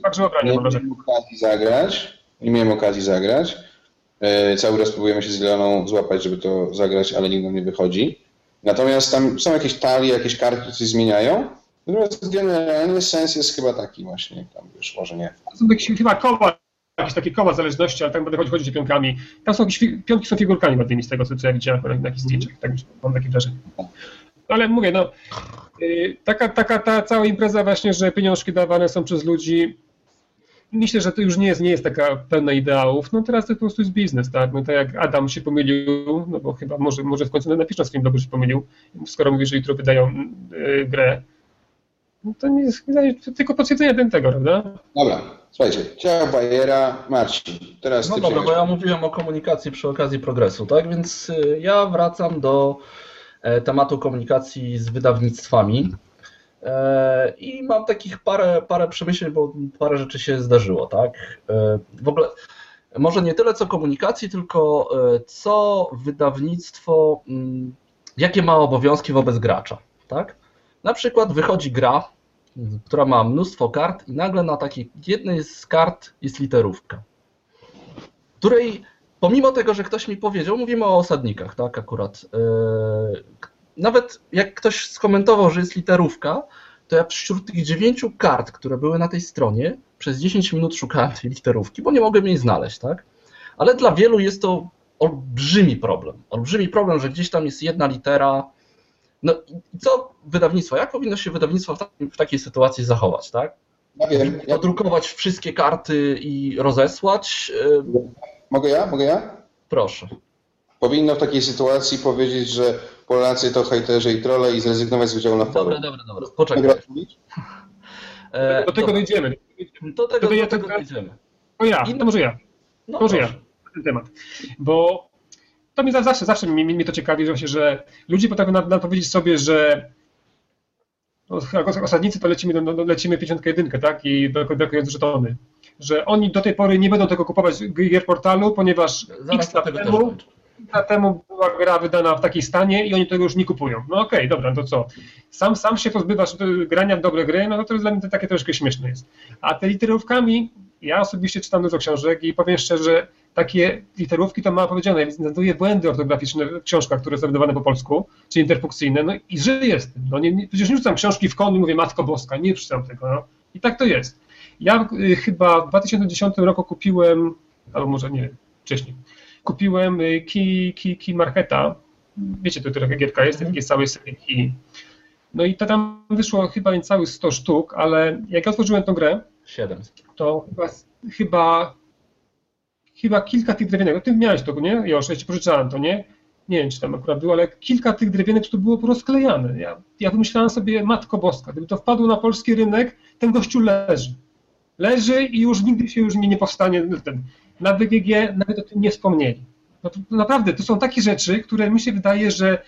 nie miałem okazji zagrać. Cały raz próbujemy się z Iloną złapać, żeby to zagrać, ale nigdy nie wychodzi. Natomiast tam są jakieś talie, jakieś karty, które coś zmieniają. Natomiast generalny sens jest chyba taki właśnie, tam wiesz, może nie. To są jakieś chyba koła, jakieś takie koła zależności, ale tam będę chodzić pionkami. Tam są jakieś pionki są figurkami bardziej z tego, co ja widziałem na jakichś zdjęciach. Tak, mam takie wrażenie. Ale mówię, no, ta cała impreza właśnie, że pieniążki dawane są przez ludzi, myślę, że to już nie jest taka pełna ideałów. No teraz to po prostu jest biznes, tak? No tak jak Adam się pomylił, no bo chyba może w końcu napisze na swoim blogu, że się pomylił, skoro mówi, że jutro wydają grę. No to nie jest tylko potwierdzenie tego, prawda? Dobra, słuchajcie, ciao Bayera, Marcin, teraz No ty dobra, bo przejmiesz. ja mówiłem o komunikacji przy okazji progresu, tak? Więc ja wracam do tematu komunikacji z wydawnictwami i mam takich parę przemyśleń, bo parę rzeczy się zdarzyło, tak? W ogóle może nie tyle co komunikacji, tylko co wydawnictwo, jakie ma obowiązki wobec gracza, tak? Na przykład wychodzi gra, która ma mnóstwo kart i nagle na takiej jednej z kart jest literówka, której pomimo tego, że ktoś mi powiedział, mówimy o osadnikach, tak akurat, nawet jak ktoś skomentował, że jest literówka, to ja wśród tych 9 kart, które były na tej stronie, przez 10 minut szukałem tej literówki, bo nie mogłem jej znaleźć, tak? Ale dla wielu jest to olbrzymi problem, że gdzieś tam jest jedna litera. No i co wydawnictwo? Jak powinno się wydawnictwo w takiej sytuacji zachować, tak? Ja wiem. Podrukować wszystkie karty i rozesłać? Mogę ja? Proszę. Powinno w takiej sytuacji powiedzieć, że Polacy to hejterzy i trolle i zrezygnować z udziału na forum. Dobra. Poczekaj. Do tego dojdziemy. Do tego dojdziemy. To może ja. No może ja na ten temat. Bo to mnie zawsze mnie to ciekawi, że ludzie potrafią powiedzieć sobie, że jak osadnicy to lecimy 51, tak? I brakując żetony. Że oni do tej pory nie będą tego kupować gier portalu, ponieważ x lat temu była gra wydana w takiej stanie i oni tego już nie kupują. No okej, dobra, no to co? Sam się pozbywasz grania w dobre gry, no to jest dla mnie takie troszkę śmieszne jest. A te literówkami, ja osobiście czytam dużo książek i powiem szczerze, takie literówki to mało powiedziane, znajduje błędy ortograficzne w książkach, które są wydawane po polsku, czy interpunkcyjne, no i żyję z tym. No przecież nie rzucam książki w kon i mówię Matko Boska, nie czytam tego. No. I tak to jest. Ja chyba w 2010 roku kupiłem, albo może nie, wcześniej, kupiłem Key Marketa. Wiecie, to taka gierka jest, takiej całej serii Key. No i to tam wyszło chyba niecałych 100 sztuk, ale jak ja otworzyłem tę grę, 7. To chyba kilka tych drewienek, ty miałeś to, nie? Ja ci pożyczałem to, nie? Nie wiem, czy tam akurat było, ale kilka tych drewienek to było porozklejane. Ja wymyślałem sobie, Matko Boska, gdyby to wpadło na polski rynek, ten gościu leży. Leży i już nigdy się nie powstanie. Na BGG nawet o tym nie wspomnieli. No to naprawdę, to są takie rzeczy, które mi się wydaje, że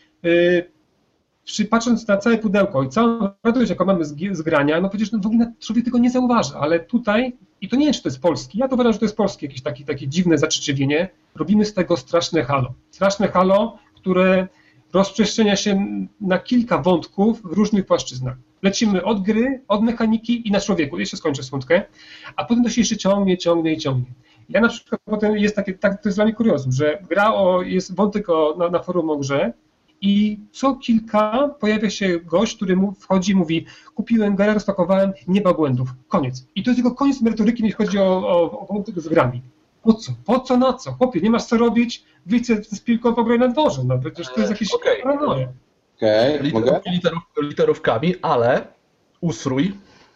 patrząc na całe pudełko i całą radość, jaką mamy z grania, no przecież w ogóle człowiek tego nie zauważa, ale tutaj, i to nie wiem, czy to jest polski, ja to uważam, że to jest polskie jakieś takie dziwne zaczyczewienie, robimy z tego straszne halo. Straszne halo, które rozprzestrzenia się na kilka wątków w różnych płaszczyznach. Lecimy od gry, od mechaniki i na człowieku, jeszcze skończę smutkę, a potem to się jeszcze ciągnie. Ja na przykład potem jest to jest dla mnie kuriozum, że jest wątek na forum o grze, i co kilka pojawia się gość, który wchodzi i mówi: kupiłem grę, rozpakowałem, nie ma błędów. Koniec. I to jest tylko koniec merytoryki, jeśli chodzi o wątek z grami. Po co? Po co, na co? Chłopie, nie masz co robić, wyjdź z piłką pograj na dworze. No przecież to jest jakieś paranoja. Mogę? Literówkami, ale usrój.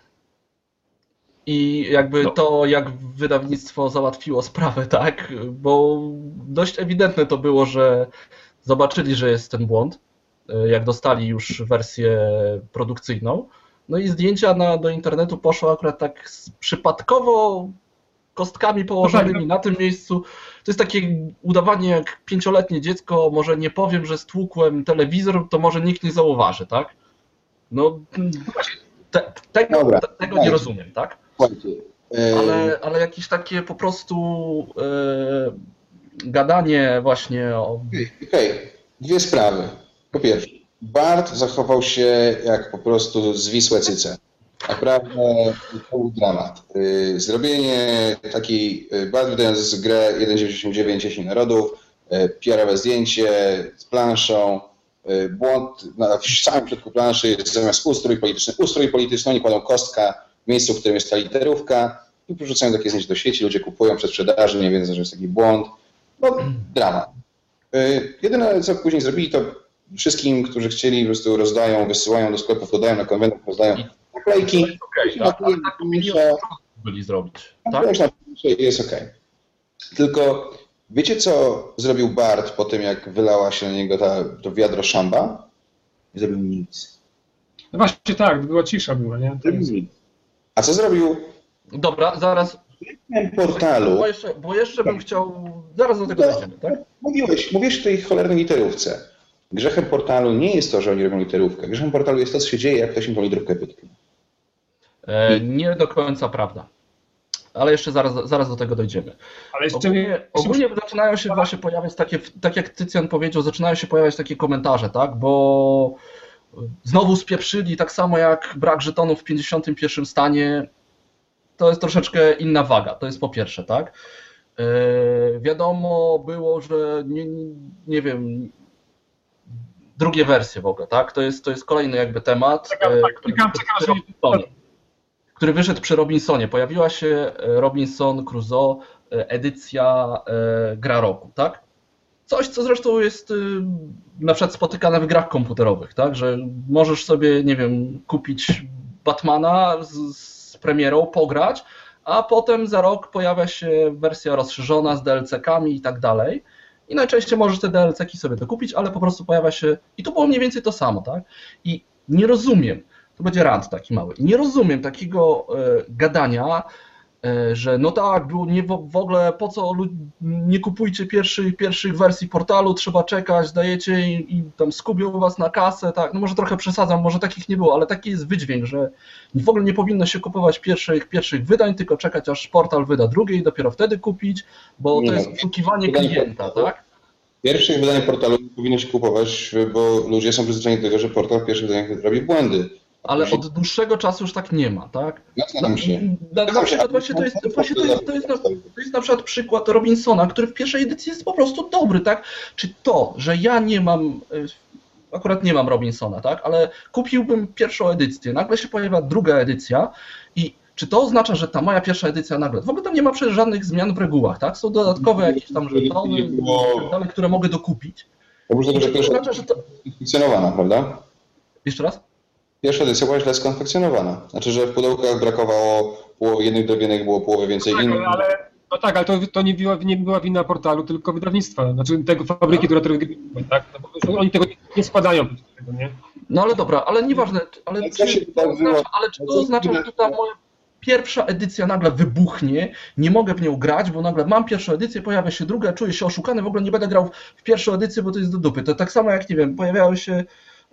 I jakby to, jak wydawnictwo załatwiło sprawę, tak? Bo dość ewidentne to było, że zobaczyli, że jest ten błąd, jak dostali już wersję produkcyjną. No i zdjęcia do internetu poszły akurat tak przypadkowo kostkami położonymi na tym miejscu. To jest takie udawanie, jak 5-letnie dziecko, może nie powiem, że stłukłem telewizor, to może nikt nie zauważy, tak? No tego nie rozumiem, tak? Ale jakieś takie po prostu gadanie właśnie o... Okej. Dwie sprawy. Po pierwsze, Bart zachował się jak po prostu zwisłe cyce. Naprawdę to był dramat. Zrobienie takiej, Bart wydając grę 1.99 10 narodów, PR-owe zdjęcie z planszą, błąd w samym środku planszy jest zamiast ustrój polityczny, oni kładą kostka w miejscu, w którym jest ta literówka i porzucają takie zdjęcie do sieci, ludzie kupują przed sprzedaży, nie wiedzą, że jest taki błąd. No, dramat. Jedyne, co później zrobili, to wszystkim, którzy chcieli, po prostu rozdają, wysyłają do sklepów, dodają na konwentach, rozdają naklejki. Ale tak byli zrobić. Tak? Jest okej. Tylko wiecie, co zrobił Bart po tym, jak wylała się na niego to wiadro szamba? Nie zrobił nic. No właśnie tak, była cisza, nie? A co zrobił Dobra, zaraz. portalu? Bo jeszcze bym chciał. Zaraz do tego dojdziemy, tak? Mówisz w tej cholernej literówce. Grzechem portalu nie jest to, że oni robią literówkę. Grzechem portalu jest to, co się dzieje, jak ktoś im tą literówkę wytknie. Nie do końca prawda. Ale jeszcze zaraz do tego dojdziemy. Ale ogólnie zaczynają się właśnie pojawiać takie, tak jak Tycjan powiedział, zaczynają się pojawiać takie komentarze, tak? Bo znowu spieprzyli, tak samo jak brak żetonów w 51 stanie. To jest troszeczkę inna waga, to jest po pierwsze, tak? Wiadomo było, że nie wiem, drugie wersje w ogóle, tak? To jest kolejny jakby temat, który wyszedł przy Robinsonie. Pojawiła się Robinson Crusoe, edycja gra roku, tak? Coś, co zresztą jest na przykład spotykane w grach komputerowych, tak? Że możesz sobie, nie wiem, kupić Batmana z premierą, pograć, a potem za rok pojawia się wersja rozszerzona z DLC-kami i tak dalej. I najczęściej możesz te DLC-ki sobie dokupić, ale po prostu pojawia się... I to było mniej więcej to samo, tak? I nie rozumiem, to będzie rant taki mały, nie rozumiem takiego gadania, że no tak, było nie w ogóle, po co nie kupujcie pierwszych wersji portalu, trzeba czekać, dajecie i tam skubią was na kasę, tak, no może trochę przesadzam, może takich nie było, ale taki jest wydźwięk, że w ogóle nie powinno się kupować pierwszych wydań, tylko czekać aż portal wyda drugie i dopiero wtedy kupić, bo to jest oszukiwanie klienta, tak? Pierwszych wydań portalu nie powinno się kupować, bo ludzie są przyzwyczajeni do tego, że portal w pierwszych wydaniach robi błędy. Ale od dłuższego czasu już tak nie ma, tak? Zgadzam się. Na przykład to jest na przykład przykład Robinsona, który w pierwszej edycji jest po prostu dobry, tak? Czy to, że ja akurat nie mam Robinsona, tak? Ale kupiłbym pierwszą edycję, nagle się pojawia druga edycja i czy to oznacza, że ta moja pierwsza edycja nagle, w ogóle tam nie ma przecież żadnych zmian w regułach, tak? Są dodatkowe jakieś tam żetony, które mogę dokupić. To oznacza, że to skonfekcjonowana, prawda? Jeszcze raz? Pierwsza edycja była źle skonfekcjonowana. Znaczy, że w pudełkach brakowało połowy jednych drewnianych, było połowę więcej innych. Ale to nie była wina portalu, tylko wydawnictwa. Znaczy tego fabryki, która to tak? No, bo oni tego nie składają. Nie? No ale dobra, ale nieważne. Czy to oznacza, że ta moja pierwsza edycja nagle wybuchnie, nie mogę w nią grać, bo nagle mam pierwszą edycję, pojawia się druga, czuję się oszukany, w ogóle nie będę grał w pierwszą edycję, bo to jest do dupy. To tak samo jak, nie wiem, pojawiały się...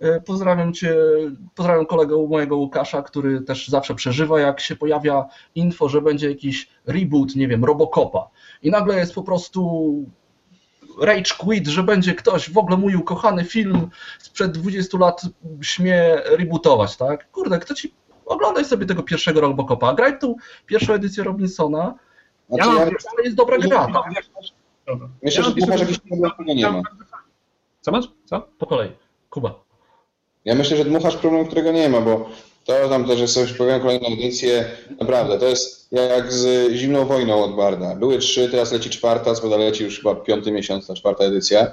Pozdrawiam kolegę mojego Łukasza, który też zawsze przeżywa, jak się pojawia info, że będzie jakiś reboot, nie wiem, Robocopa. I nagle jest po prostu rage quit, że będzie ktoś, w ogóle mój ukochany film sprzed 20 lat śmie rebootować, tak? Kurde, oglądaj sobie tego pierwszego Robocopa, graj w tą pierwszą edycję Robinsona, ale jest dobra gra. Myślę, że tu masz jakiś problem, którego nie ma. Co masz? Co? Po kolei. Kuba. Ja myślę, że dmuchasz problem, którego nie ma, bo to tam też, że sobie pojawiają kolejną edycję, naprawdę, to jest jak z Zimną Wojną od Barda. Były 3, teraz leci 4, co leci już chyba 5. miesiąc, ta 4. edycja.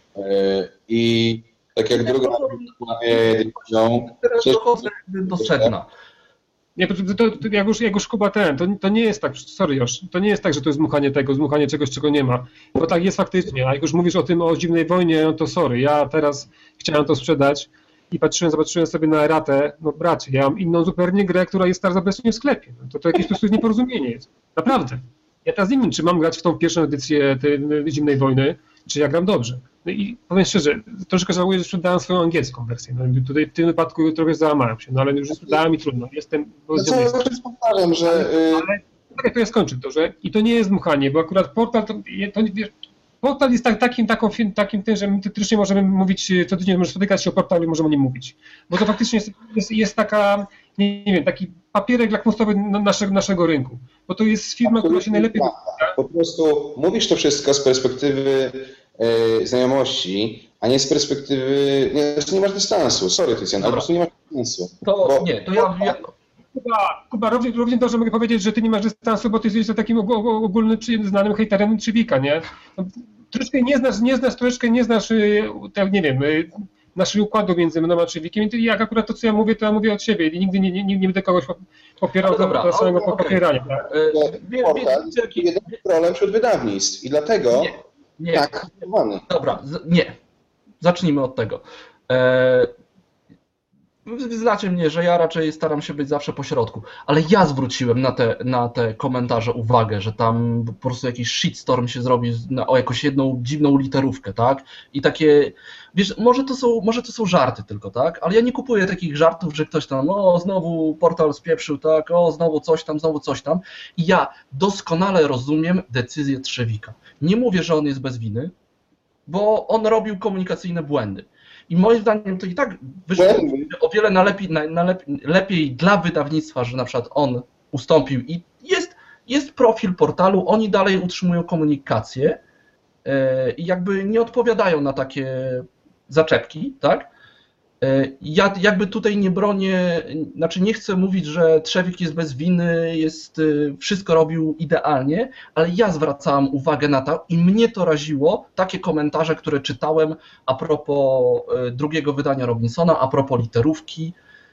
I tak jak druga edycją... Teraz dochodzę do sedna. Nie, jak już Kuba to nie jest tak, sorry Josz, to nie jest tak, że to jest zmuchanie czegoś, czego nie ma. Bo tak jest faktycznie, a jak już mówisz o Zimnej Wojnie, no to sorry, ja teraz chciałem to sprzedać i zobaczyłem sobie na eratę, no bracie, ja mam inną zupełnie grę, która jest teraz obecnie w sklepie. No to jakieś po prostu nieporozumienie jest. Naprawdę. Ja teraz nie wiem, czy mam grać w tą pierwszą edycję tej Zimnej Wojny, czy ja gram dobrze. No i powiem szczerze, troszkę żałuję, że sprzedałem swoją angielską wersję. No, tutaj w tym wypadku trochę załamałem się, no ale już sprzedałem i trudno. Powtarzam, że... Ale tak jak to ja skończę, i to nie jest dmuchanie, bo akurat portal portal jest takim tym, że my teoretycznie możemy mówić, co tydzień możemy spotykać się o portalu i możemy o nim mówić. Bo to faktycznie jest taka, nie wiem, taki papierek lakmusowy naszego rynku. Bo to jest firma, która się najlepiej... Po prostu mówisz to wszystko z perspektywy znajomości, a nie z perspektywy... Nie masz dystansu. Sorry, Tycjan, ale po prostu nie masz dystansu. Kuba, równie dobrze mogę powiedzieć, że ty nie masz dystansu, bo ty jesteś takim ogólnym, znanym hejterem Trzywika, nie? No, troszkę nie znasz, tak nie wiem, naszego układu między mną a Trzywikiem. I jak akurat to, co ja mówię od siebie. I nigdy nie będę kogoś popierał do samego popierania. Tak? Portal jest jeden problem wśród wydawnictw i dlatego tak Dobra, nie. Zacznijmy od tego. znacie mnie, że ja raczej staram się być zawsze po środku, ale ja zwróciłem na te komentarze uwagę, że tam po prostu jakiś shitstorm się zrobi o jakąś jedną dziwną literówkę, tak? I takie, wiesz, może to są żarty tylko, tak? Ale ja nie kupuję takich żartów, że ktoś tam, o, znowu portal spieprzył, tak? O, znowu coś tam, znowu coś tam. I ja doskonale rozumiem decyzję Trzewika. Nie mówię, że on jest bez winy, bo on robił komunikacyjne błędy. I moim zdaniem to i tak wyszło o wiele lepiej dla wydawnictwa, że na przykład on ustąpił i jest profil portalu, oni dalej utrzymują komunikację i jakby nie odpowiadają na takie zaczepki, tak? Ja jakby tutaj nie bronię, znaczy nie chcę mówić, że Trzewik jest bez winy, wszystko robił idealnie, ale ja zwracałem uwagę na to i mnie to raziło, takie komentarze, które czytałem a propos drugiego wydania Robinsona, a propos literówki.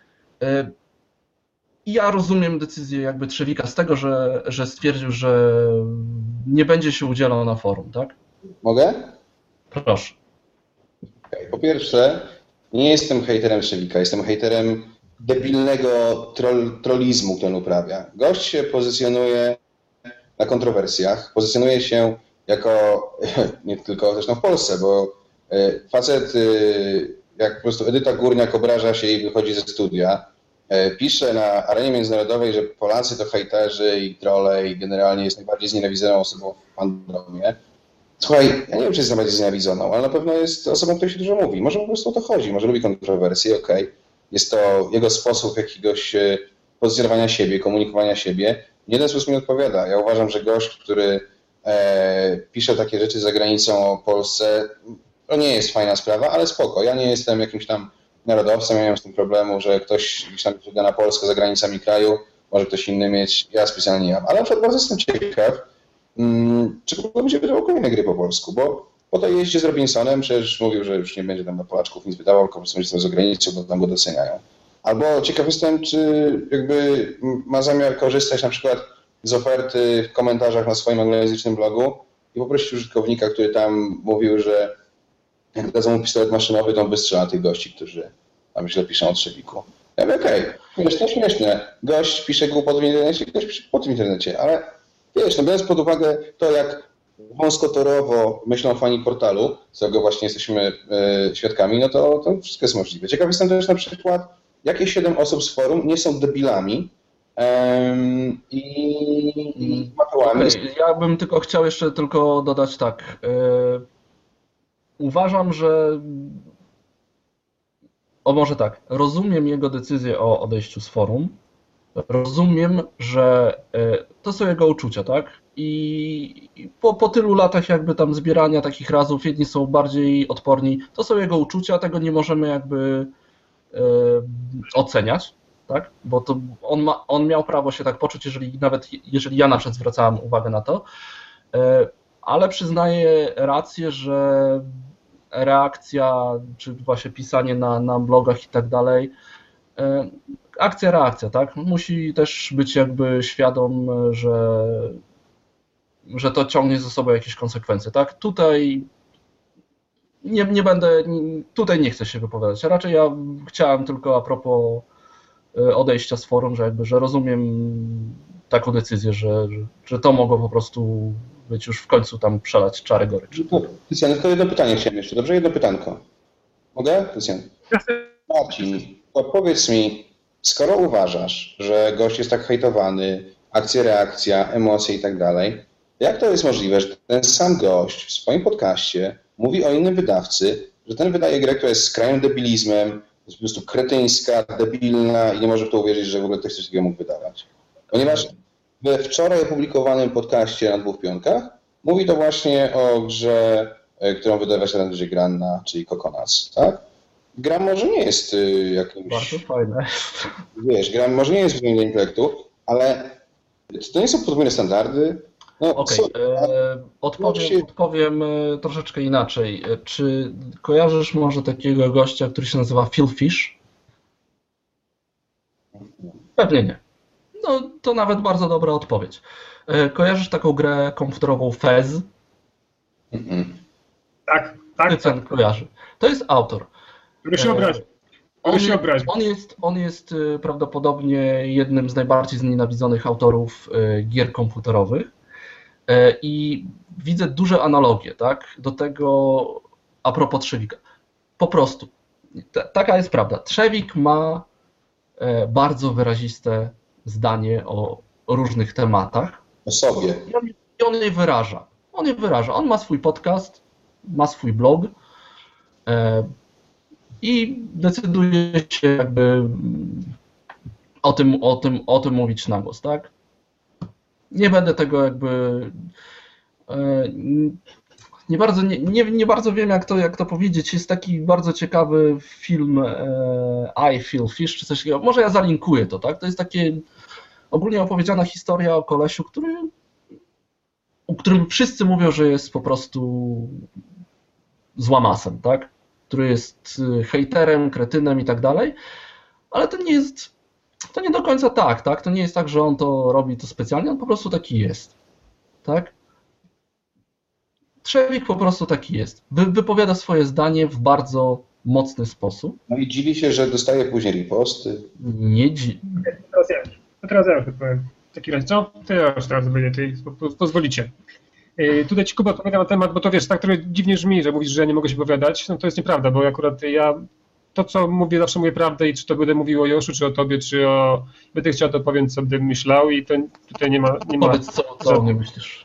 I ja rozumiem decyzję jakby Trzewika z tego, że stwierdził, że nie będzie się udzielał na forum, tak? Mogę? Proszę. Okay. Po pierwsze, nie jestem hejterem Trzewika, jestem hejterem debilnego trollizmu, który on uprawia. Gość się pozycjonuje na kontrowersjach, pozycjonuje się jako, nie tylko zresztą w Polsce, bo facet, jak po prostu Edyta Górniak obraża się i wychodzi ze studia, pisze na arenie międzynarodowej, że Polacy to hejterzy i trolle i generalnie jest najbardziej znienawidzoną osobą w fandomie. Słuchaj, ja nie wiem, czy jest najbardziej znienawidzoną, ale na pewno jest osobą, która się dużo mówi. Może po prostu o to chodzi, może lubi kontrowersje, okej. Jest to jego sposób jakiegoś pozycjonowania siebie, komunikowania siebie. Nie ten sposób mi odpowiada. Ja uważam, że gość, który pisze takie rzeczy za granicą o Polsce, to nie jest fajna sprawa, ale spoko. Ja nie jestem jakimś tam narodowcem, ja nie mam z tym problemu, że ktoś gdzieś tam wyda na Polskę za granicami kraju, może ktoś inny mieć, ja specjalnie nie mam. Ale na przykład bardzo jestem ciekaw, czy w ogóle będzie wydawał kolejne gry po polsku, bo po to jeździ z Robinsonem, przecież mówił, że już nie będzie tam na Polaczków nic wydawał, tylko po prostu będzie za granicą, bo tam go doceniają. Albo ciekaw jestem, czy jakby ma zamiar korzystać na przykład z oferty w komentarzach na swoim anglojęzycznym blogu i poprosić użytkownika, który tam mówił, że jak dadzą mu pistolet maszynowy, to on wystrzela tych gości, którzy tam źle piszą o Trzewiku. Ja mówię, okej, śmieszne. Gość pisze głupoty w internecie, gość pisze głupoty w internecie, ale wiesz, no biorąc pod uwagę to, jak wąskotorowo myślą fani portalu, z czego właśnie jesteśmy świadkami, no to wszystko jest możliwe. Ciekaw jestem też na przykład, jakie 7 osób z forum nie są debilami i matołami. Okay. Ja bym tylko chciał jeszcze dodać tak. Uważam, że może tak, rozumiem jego decyzję o odejściu z forum, rozumiem, że to są jego uczucia, tak? I po tylu latach jakby tam zbierania takich razów, jedni są bardziej odporni, to są jego uczucia, tego nie możemy jakby oceniać, tak? Bo to on miał prawo się tak poczuć, jeżeli ja na przykład zwracałem uwagę na to, ale przyznaję rację, że reakcja, czy właśnie pisanie na blogach i tak dalej, akcja, reakcja, tak? Musi też być jakby świadom, że to ciągnie ze sobą jakieś konsekwencje, tak? Tutaj tutaj nie chcę się wypowiadać. Raczej ja chciałem tylko a propos odejścia z forum, że rozumiem taką decyzję, że to mogło po prostu być już w końcu tam przelać czarę goryczy. Krystian, tylko jedno pytanie chciałem jeszcze, dobrze? Jedno pytanko. Mogę, Krystian? Marcin, to powiedz mi, skoro uważasz, że gość jest tak hejtowany, akcja, reakcja, emocje i tak dalej, jak to jest możliwe, że ten sam gość w swoim podcaście mówi o innym wydawcy, że ten wydaje grę, która jest skrajnym debilizmem, jest po prostu kretyńska, debilna i nie może w to uwierzyć, że w ogóle ktoś coś takiego mógł wydawać. Ponieważ we wczoraj opublikowanym podcaście na Dwóch Pionkach mówi to właśnie o grze, którą wydawa się będzie Granna, czyli Coconuts, tak? Gra może nie jest jakimś... Bardzo fajne. Wiesz, gra może nie jest względem intelektu, ale to nie są podwójne standardy. No, okej, odpowiem troszeczkę inaczej. Czy kojarzysz może takiego gościa, który się nazywa Phil Fish? Pewnie nie. No to nawet bardzo dobra odpowiedź. Kojarzysz taką grę komputerową Fez? Tak. Kojarzy. To jest autor. Który się obraził. On jest prawdopodobnie jednym z najbardziej znienawidzonych autorów gier komputerowych i widzę duże analogie, tak, do tego a propos Trzewika. Po prostu, taka jest prawda. Trzewik ma bardzo wyraziste zdanie o różnych tematach. O sobie. I on je wyraża. On ma swój podcast, ma swój blog i decyduje się jakby o tym mówić na głos, tak? Nie będę tego jakby nie bardzo wiem jak to powiedzieć. Jest taki bardzo ciekawy film I Feel Fish czy coś takiego. Może ja zalinkuję to, tak? To jest takie ogólnie opowiedziana historia o kolesiu, o którym wszyscy mówią, że jest po prostu złamasem, tak? Który jest hejterem, kretynem i tak dalej, ale to nie do końca tak? To nie jest tak, że on to robi to specjalnie, on po prostu taki jest, tak? Trzewik po prostu taki jest. Wypowiada swoje zdanie w bardzo mocny sposób. No i dziwi się, że dostaje później riposty. Nie dziwi. Teraz ja już powiem. W takim razie, co? To ja już teraz będę, pozwolicie. Tutaj ci Kuba odpowiada na temat, bo to wiesz, tak trochę dziwnie brzmi, że mówisz, że ja nie mogę się wypowiadać. No to jest nieprawda, bo akurat to co mówię, zawsze mówię prawdę i czy to będę mówił o Joszu, czy o tobie, czy o... Będę chciał, to powiem, co bym myślał i to tutaj nie ma... Powiedz, co o mnie myślisz.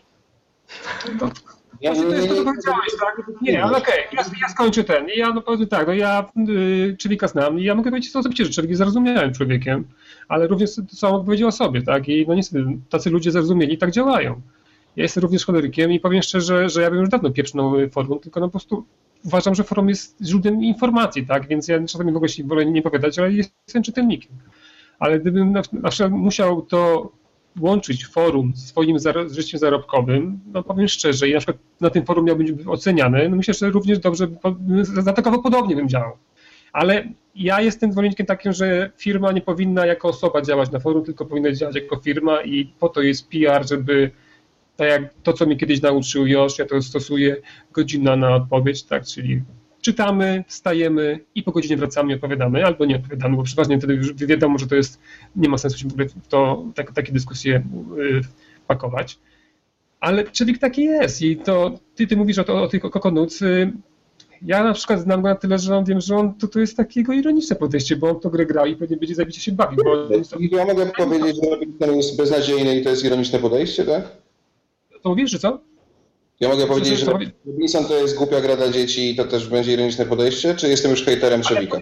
To jest to, co powiedziałeś, tak? Nie, ale okej, ja skończę ten. Powiem tak, Trzewika znam i ja mogę powiedzieć osobiście, że Trzewik jest zarozumiałym człowiekiem, ale również to samo powiedział o sobie, tak? I niestety tacy ludzie zarozumieli i tak działają. Ja jestem również cholerykiem i powiem szczerze, że ja bym już dawno pieprznął forum, tylko po prostu uważam, że forum jest źródłem informacji, tak? Więc ja czasami wolę nie powiedzieć, ale jestem czytelnikiem. Ale gdybym na przykład musiał to łączyć forum z swoim życiem zarobkowym, powiem szczerze, i na przykład na tym forum miałbym być oceniany, myślę, że również dobrze, takowo podobnie bym działał. Ale ja jestem zwolennikiem takim, że firma nie powinna jako osoba działać na forum, tylko powinna działać jako firma i po to jest PR, żeby tak jak to, co mnie kiedyś nauczył Josz, ja to stosuję, godzina na odpowiedź, tak, czyli czytamy, wstajemy i po godzinie wracamy i odpowiadamy, albo nie odpowiadamy, bo przeważnie wtedy już wiadomo, że nie ma sensu się w ogóle w to takie dyskusje pakować. Ale Trzewik taki jest i to ty mówisz o tych Coconuts. Ja na przykład znam go na tyle, że wiem, że on to jest takiego ironiczne podejście, bo on to grę grał i pewnie będzie zabicie się bawił. Ja mogę powiedzieć, że Robinson jest beznadziejny i to jest ironiczne podejście, tak? To mówisz, że co? Ja mogę powiedzieć, że Robinson to jest głupia gra dla dzieci i to też będzie ironiczne podejście, czy jestem już hejterem Trzewika?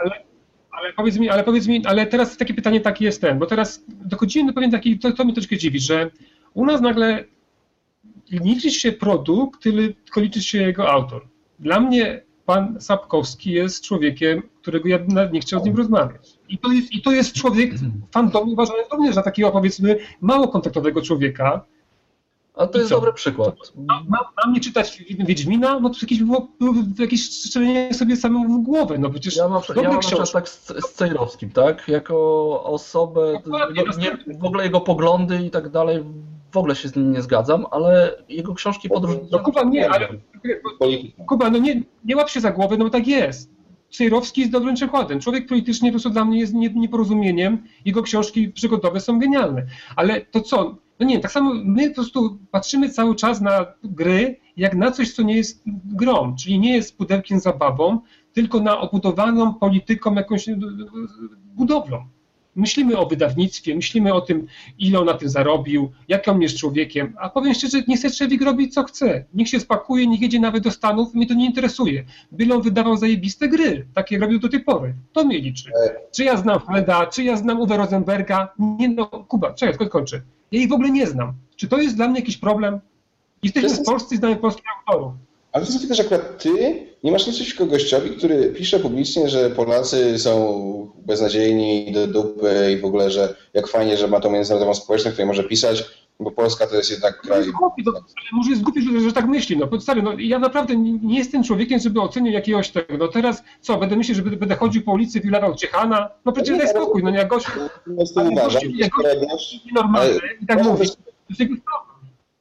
Ale powiedz mi, ale teraz takie pytanie takie jest bo teraz dochodzimy do pewien taki, to mnie troszkę dziwi, że u nas nagle nie liczy się produkt, tylko liczy się jego autor. Dla mnie pan Sapkowski jest człowiekiem, którego ja nawet nie chciał z nim rozmawiać. I to jest człowiek fandomie uważany również za takiego, powiedzmy, mało kontaktowego człowieka. A to jest dobry przykład. Mam nie czytać Wiedźmina? No to jakieś strzelenie sobie samemu w głowę. No przecież ja mam na przykład tak z Cejrowskim, tak? Jako osobę, w ogóle jego poglądy i tak dalej, w ogóle się z nim nie zgadzam, ale jego książki podróżnicze... No Kuba, nie, ale... Kuba, no nie łap się za głowę, no bo tak jest. Cejrowski jest dobrym przykładem. Człowiek politycznie po prostu dla mnie jest nieporozumieniem. Jego książki przygodowe są genialne. Ale to co? No nie, tak samo my po prostu patrzymy cały czas na gry jak na coś, co nie jest grą, czyli nie jest pudełkiem zabawą, tylko na obudowaną polityką jakąś budowlą. Myślimy o wydawnictwie, myślimy o tym, ile on na tym zarobił, jak on jest człowiekiem, a powiem szczerze, niech sobie Trzewik robi co chce. Niech się spakuje, niech jedzie nawet do Stanów, mnie to nie interesuje. Byle on wydawał zajebiste gry, takie robił do tej pory. To mnie liczy. Czy ja znam Freda, czy ja znam Uwe Rosenberga? Nie no, Kuba, czekaj, skąd kończę. Ja ich w ogóle nie znam. Czy to jest dla mnie jakiś problem? Jesteśmy z Polscy i znamy polskich autorów. Ale to jest, że akurat ty nie masz nic przeciwko gościowi, który pisze publicznie, że Polacy są beznadziejni do dupy i w ogóle, że jak fajnie, że ma tą międzynarodową społeczność, której może pisać, bo Polska to jest jednak kraj... Może jest głupi, że tak myśli. No stary, ja naprawdę nie jestem człowiekiem, żeby ocenić jakiegoś tego. No teraz co, będę myśleć, że będę chodził po ulicy i wylewał ciechana? No przecież daj spokój, no nie, jak gościu... Uważam, nienormalny i tak mówisz.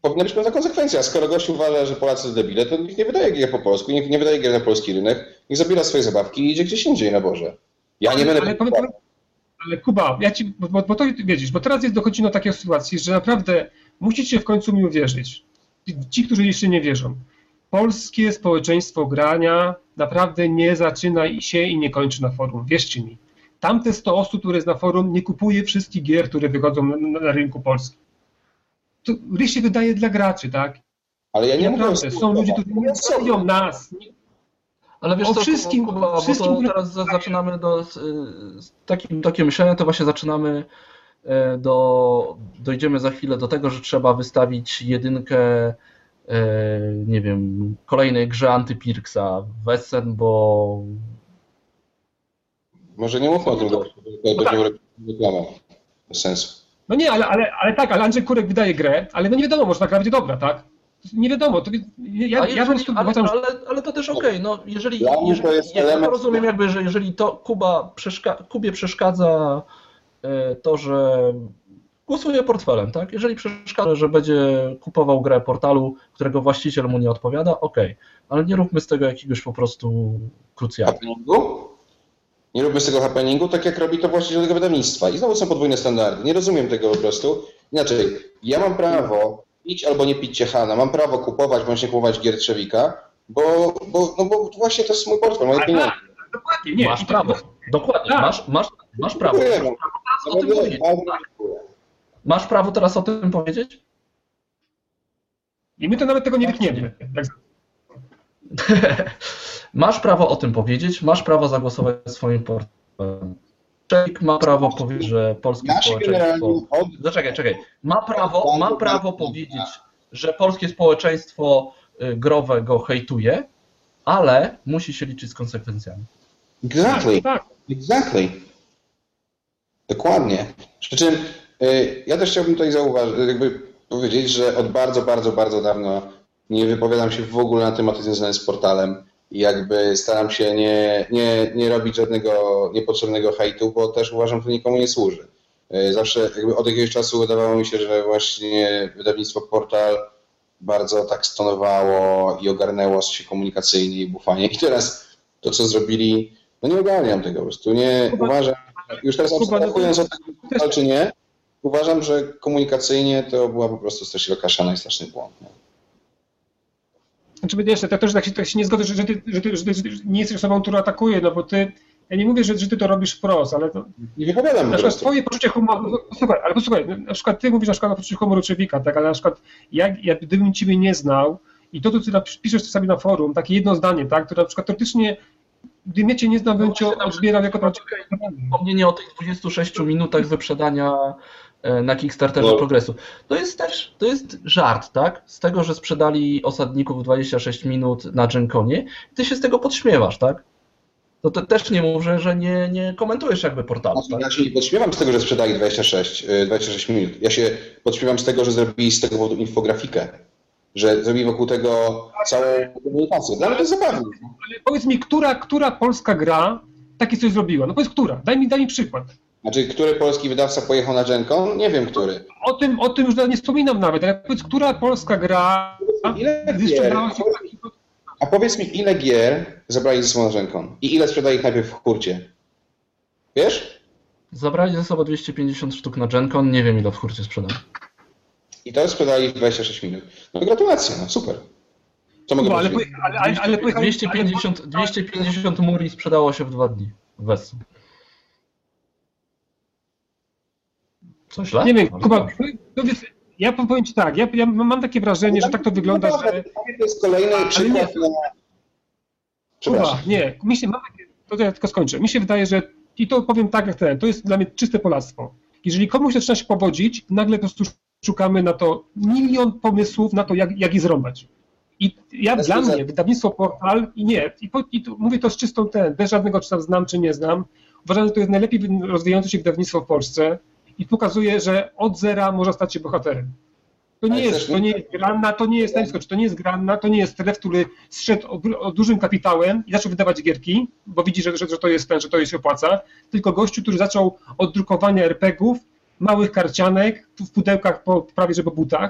powinna być pewna konsekwencja. Skoro gość uważa, że Polacy to debile, to nikt nie wydaje gier po polsku, nikt nie wydaje gier na polski rynek, niech zabiera swoje zabawki i idzie gdzieś indziej, na Boże. Ja nie będę... Ale Kuba, bo to wiedzisz, bo teraz dochodzi do takiej sytuacji, że naprawdę musicie w końcu mi uwierzyć. Ci, którzy jeszcze nie wierzą. Polskie społeczeństwo grania naprawdę nie zaczyna się i nie kończy na forum. Wierzcie mi. Tamte 100 osób, które jest na forum, nie kupuje wszystkich gier, które wychodzą na rynku polskim. To gry się wydaje dla graczy, tak? Ale ja nie naprawdę, są ludzie, którzy nie znają nas. Ale wiesz co, wszystkim, Kuba, bo to teraz zaczynamy z takim myśleniem, to właśnie zaczynamy dojdziemy za chwilę do tego, że trzeba wystawić jedynkę, nie wiem, kolejnej grze Antypirksa w Essen, bo... Może nie mówmy o tym, bo będziemy robić reklamę. Bez sensu. No nie, ale Andrzej Kurek wydaje grę, ale no nie wiadomo, może ta gra będzie dobra, tak? Nie wiadomo, to ja po prostu uważam, ale to też okej, no jeżeli ja to rozumiem jakby, że jeżeli to Kubie przeszkadza to, że głosuje portfelem, tak? Jeżeli przeszkadza, że będzie kupował grę portalu, którego właściciel mu nie odpowiada, okej, ale nie róbmy z tego jakiegoś po prostu krucjatu. Nie róbmy z tego happeningu, tak jak robi to właściciel tego wydawnictwa. I znowu są podwójne standardy. Nie rozumiem tego po prostu. Inaczej, ja mam prawo pić albo nie pić Ciechana, mam prawo kupować bądź nie kupować gier Trzewika, bo właśnie to jest mój portfel, moje pieniądze. Dokładnie, nie. Masz prawo, dokładnie, masz prawo. Masz prawo teraz o tym powiedzieć? I my to nawet tego nie wytniemy. Masz prawo o tym powiedzieć, masz prawo zagłosować swoim portfelem. Człowiek ma prawo powiedzieć, że polskie społeczeństwo... Czekaj. Ma prawo powiedzieć, że polskie społeczeństwo growe go hejtuje, ale musi się liczyć z konsekwencjami. Exactly. Dokładnie. Przy czym ja też chciałbym tutaj powiedzieć, że od bardzo, bardzo, bardzo dawno nie wypowiadam się w ogóle na tematy związane z portalem. I jakby staram się nie robić żadnego niepotrzebnego hejtu, bo też uważam, że to nikomu nie służy. Zawsze jakby od jakiegoś czasu wydawało mi się, że właśnie wydawnictwo Portal bardzo tak stonowało i ogarnęło się komunikacyjnie i bufanie. I teraz to, co zrobili, no nie ogarniam tego po prostu. Nie uważam, już teraz abstrahując od tego, czy nie, uważam, że komunikacyjnie to była po prostu strasznie kaszana i straszny błąd. Znaczy, jeszcze, to też tak się nie zgodzę, że ty nie jesteś osobą, która atakuje, no bo ja nie mówię, że ty to robisz wprost, ale to... Nie wypowiadam. Na przykład twoje poczucie humoru, posłuchaj, na przykład ty mówisz na przykład o poczuciu humoru Trzewika, tak, ale na przykład ja gdybym ciebie nie znał i to, co ty piszesz sobie na forum, takie jedno zdanie, tak, które na przykład teoretycznie, gdybym ja cię nie znał, bym cię odbierał jako prawdziwy. Wspomnienie o tych 26 minutach wyprzedania na Kickstarterze Progresu. To jest żart, tak? Z tego, że sprzedali osadników 26 minut na Gen-Conie i ty się z tego podśmiewasz, tak? To też nie mów, że nie komentujesz jakby portalu. Ja się nie podśmiewam z tego, że sprzedali 26 minut. Ja się podśmiewam z tego, że zrobili z tego powodu infografikę. Że zrobili wokół tego całą komunikację. Dla mnie to jest zabawne. Ale powiedz mi, która polska gra takie coś zrobiła? No powiedz, która? Daj mi przykład. Znaczy, który polski wydawca pojechał na Gen-Con? Nie wiem, który. O tym już nie wspominam nawet, ale powiedz, która polska gra... A powiedz mi, ile gier zabrali ze sobą na Gen-Con? I ile sprzedali ich najpierw w hurcie? Wiesz? Zabrali ze sobą 250 sztuk na Gen-Con, nie wiem ile w hurcie sprzedali. I to sprzedali w 26 minut. No gratulacje, no super. Co mogę powiedzieć? Ale 250 muri sprzedało się w 2 dni w Wessu. Co źle? Nie wiem, Kuba, ja powiem ci tak, ja mam takie wrażenie, że tak to wygląda, że... To jest kolejny przykład na... Kuba, nie, to ja tylko skończę. Mi się wydaje, że, i to powiem tak jak to jest dla mnie czyste polactwo. Jeżeli komuś zaczyna się powodzić, nagle po prostu szukamy na to milion pomysłów na to, jak je zrąbać. I dla mnie wydawnictwo Portal mówię to z czystą bez żadnego, czy tam znam, czy nie znam, uważam, że to jest najlepiej rozwijające się wydawnictwo w Polsce i pokazuje, że od zera można stać się bohaterem. To nie jest Granna, to nie jest czy to nie jest Granna, to nie jest Tref, który zszedł o dużym kapitałem i zaczął wydawać gierki, bo widzi, że to jest opłaca, tylko gościu, który zaczął od drukowania RPG-ów, małych karcianek w pudełkach prawie że po butach, tylko gościu, który zaczął od drukowania RPG-ów, małych karcianek w pudełkach prawie że po butach, tylko gościu, który zaczął od drukowania RPG-ów, małych karcianek w pudełkach prawie że po butach, tylko gościu, który zaczął od drukowania RPG-ów, małych karcianek w pudełkach prawie że po butach,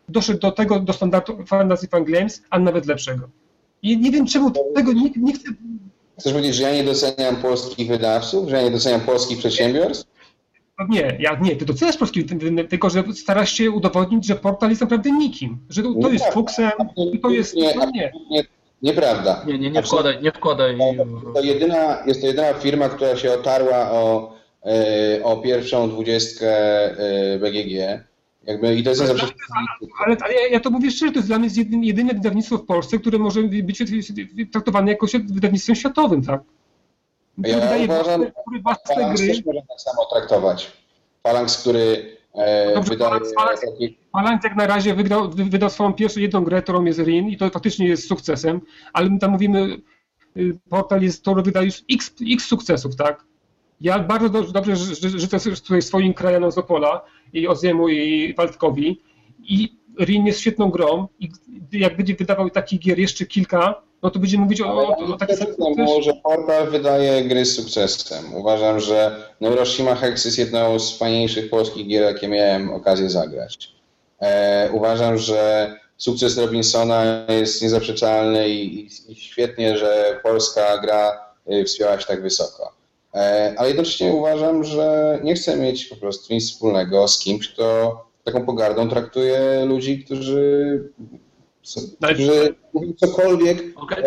doszedł do standardu Fantasy Fun Games, a nawet lepszego. I nie wiem, czemu tego nikt nie chce... Chcesz powiedzieć, że ja nie doceniam polskich wydawców, że ja nie doceniam polskich przedsiębiorstw? Ty doceniasz polski, tylko że starasz się udowodnić, że portal jest naprawdę nikim, że to jest fuksem i to jest... Nieprawda. Nie wkładaj. Jest to jedyna firma, która się otarła o pierwszą 20 BGG. I to jest ale ja to mówię szczerze, to jest dla mnie jedyne wydawnictwo w Polsce, które może być traktowane jako wydawnictwem światowym, tak? Ja uważam, że Phalanx też można tak samo traktować. Phalanx, który wydaje... Phalanx jak na razie wydał swoją pierwszą jedną grę, którą jest Rin i to faktycznie jest sukcesem, ale my tam mówimy, portal jest, to wydaje już x sukcesów, tak? Ja bardzo dobrze życzę tutaj swoim krajanom z Opola, i Oziemu, i Waldkowi. I Rin jest świetną grą i jak będzie wydawał takich gier jeszcze kilka, no to będziemy mówić o takich... że portal wydaje gry z sukcesem. Uważam, że Neuroshima Hex jest jedną z fajniejszych polskich gier, jakie miałem okazję zagrać. Uważam, że sukces Robinsona jest niezaprzeczalny i świetnie, że polska gra wspięła się tak wysoko. Ale jednocześnie uważam, że nie chcę mieć po prostu nic wspólnego z kimś, kto taką pogardą traktuje ludzi, którzy mówią cokolwiek.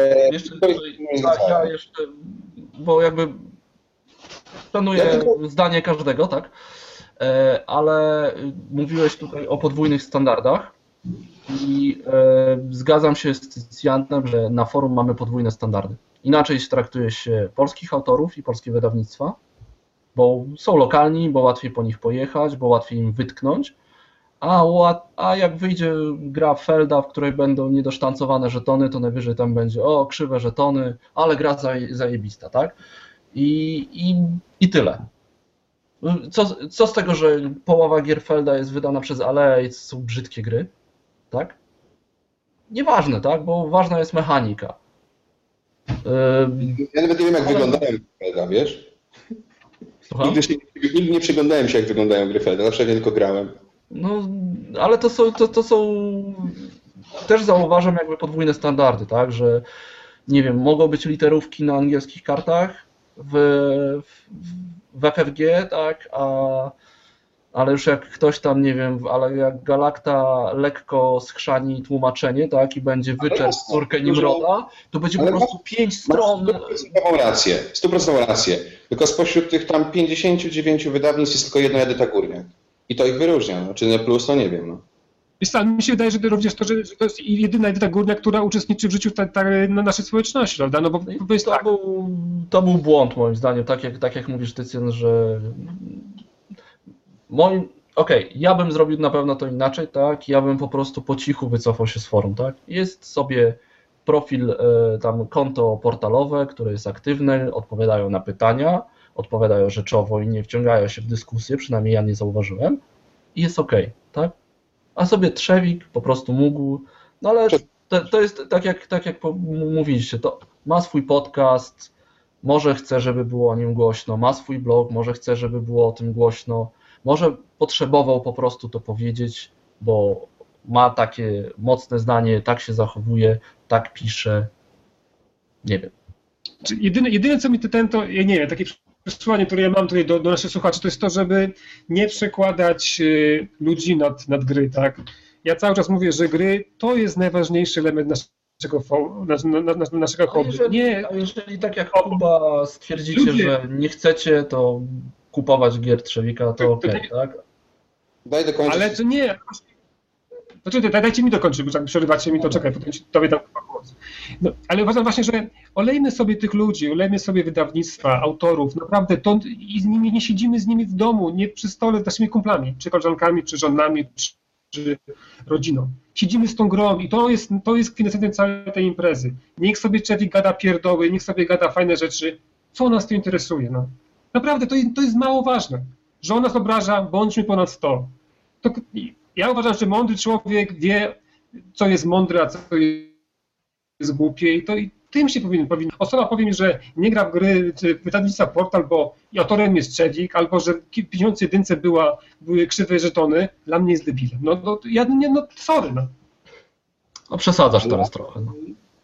Ja jeszcze, bo jakby szanuję zdanie każdego, tak? Ale mówiłeś tutaj o podwójnych standardach i zgadzam się z Jantem, że na forum mamy podwójne standardy. Inaczej traktuje się polskich autorów i polskie wydawnictwa, bo są lokalni, bo łatwiej po nich pojechać, bo łatwiej im wytknąć, a jak wyjdzie gra Felda, w której będą niedosztancowane żetony, to najwyżej tam będzie krzywe żetony, ale gra zajebista, tak? I tyle. Co z tego, że połowa gier Felda jest wydana przez Alea i są brzydkie gry, tak? Nieważne, tak? Bo ważna jest mechanika. Ja nawet nie wiem, jak wyglądają Gryfelda, wiesz? Nigdy nie przyglądałem się, jak wyglądają Gryfelda, zawsze ja tylko grałem. No, ale to są też zauważam jakby podwójne standardy, tak? Że nie wiem, mogą być literówki na angielskich kartach w FFG, tak? Ale już jak ktoś tam, nie wiem, ale jak Galacta lekko schrzani tłumaczenie, tak, i będzie wyczerp córkę Nimroda, to będzie po prostu 5 stron. 100% rację. Tylko spośród tych tam 59 wydawnictw jest tylko jedna Edyta Górniak. I to ich wyróżnia. Czy nie plus, to nie wiem. No. Wiesz co, mi się wydaje, że to również to, że to jest jedyna Edyta Górniak, która uczestniczy w życiu na naszej społeczności, prawda? No bo to był błąd moim zdaniem, tak jak mówisz, Tycjan, że ja bym zrobił na pewno to inaczej, tak? Ja bym po prostu po cichu wycofał się z forum, tak? Jest sobie profil, tam konto portalowe, które jest aktywne, odpowiadają na pytania, odpowiadają rzeczowo i nie wciągają się w dyskusję, przynajmniej ja nie zauważyłem i jest okej, tak? A sobie Trzewik po prostu mógł, no ale to jest tak jak mówiliście, to ma swój podcast, może chce, żeby było o nim głośno, ma swój blog, może chce, żeby było o tym głośno, może potrzebował po prostu to powiedzieć, bo ma takie mocne zdanie, tak się zachowuje, tak pisze, nie wiem. Jedyne co mi to, ja nie wiem, takie przesłanie, które ja mam tutaj do naszych słuchaczy, to jest to, żeby nie przekładać ludzi nad gry, tak? Ja cały czas mówię, że gry to jest najważniejszy element naszego hobby. Jeżeli tak jak Kuba stwierdzicie, że nie chcecie, to kupować gier Trzewika, to okej, tak? Daj dokończyć. Ale to nie. Dajcie mi dokończyć, bo przerywacie mi to, czekaj, potem tobie dam głos. No, ale uważam właśnie, że olejmy sobie tych ludzi, olejmy sobie wydawnictwa, autorów, naprawdę i z nimi nie siedzimy z nimi w domu, nie przy stole z naszymi kumplami, czy koleżankami, czy żonami, czy rodziną. Siedzimy z tą grą i to jest kwintesencją całej tej imprezy. Niech sobie Trzewik gada pierdoły, niech sobie gada fajne rzeczy. Co nas to interesuje? No. Naprawdę, to jest mało ważne. Że on nas obraża, bądźmy ponad 100. Ja uważam, że mądry człowiek wie, co jest mądre, a co jest głupie i tym się powinien. Osoba powie mi, że nie gra w gry, czy wydawnictwa Portal, bo autorem jest Trzewik, albo że pieniądze jedynce były krzywe żetony, dla mnie jest debilem. Sorry. No przesadzasz teraz trochę. No.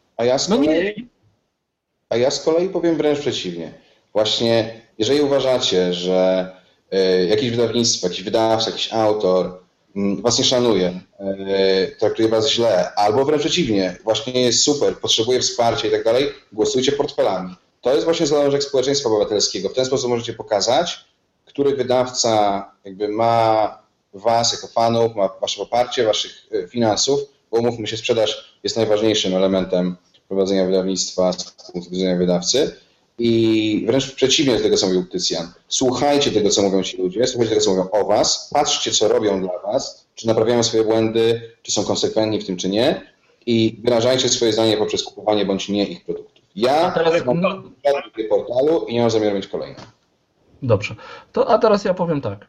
A ja z kolei powiem wręcz przeciwnie. Właśnie, jeżeli uważacie, że jakieś wydawnictwo, jakiś wydawca, jakiś autor was nie szanuje, traktuje was źle, albo wręcz przeciwnie, właśnie jest super, potrzebuje wsparcia i tak dalej, głosujcie portfelami. To jest właśnie zalążek społeczeństwa obywatelskiego. W ten sposób możecie pokazać, który wydawca jakby ma was jako fanów, ma wasze poparcie, waszych finansów, bo umówmy się, sprzedaż jest najważniejszym elementem prowadzenia wydawnictwa z punktu widzenia wydawcy. I wręcz przeciwnie do tego, co mówił Tycjan. Słuchajcie tego, co mówią ci ludzie, słuchajcie tego, co mówią o was, patrzcie, co robią dla was, czy naprawiają swoje błędy, czy są konsekwentni w tym, czy nie i wyrażajcie swoje zdanie poprzez kupowanie bądź nie ich produktów. Ja mam portalu i nie mam zamiaru mieć kolejne. Dobrze. A teraz ja powiem tak.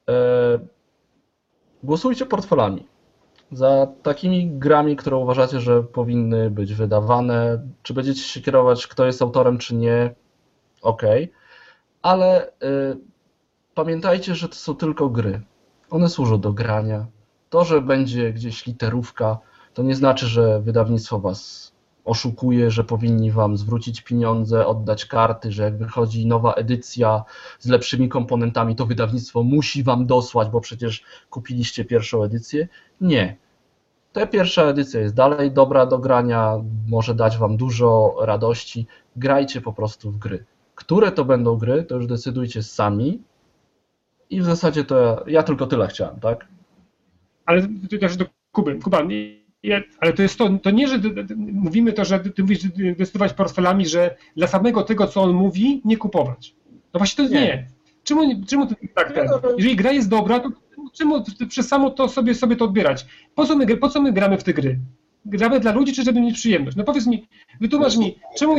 Głosujcie portfelami. Za takimi grami, które uważacie, że powinny być wydawane, czy będziecie się kierować, kto jest autorem, czy nie, okej. Ale pamiętajcie, że to są tylko gry. One służą do grania. To, że będzie gdzieś literówka, to nie znaczy, że wydawnictwo was oszukuje, że powinni wam zwrócić pieniądze, oddać karty, że jak wychodzi nowa edycja z lepszymi komponentami, to wydawnictwo musi wam dosłać, bo przecież kupiliście pierwszą edycję. Nie. Ta pierwsza edycja jest dalej dobra do grania, może dać wam dużo radości. Grajcie po prostu w gry. Które to będą gry, to już decydujcie sami. I w zasadzie to ja tylko tyle chciałem, tak? Ale też do Kuby. Kuba, ale to nie, że mówimy to, że ty mówisz decydować portfelami, że dla samego tego, co on mówi, nie kupować. No właśnie to nie. Czemu tak ten? Jeżeli gra jest dobra, to czemu przez samo to sobie to odbierać? Po co my gramy w te gry? Gramy dla ludzi, czy żeby mieć przyjemność? No powiedz mi, wytłumacz mi, czemu...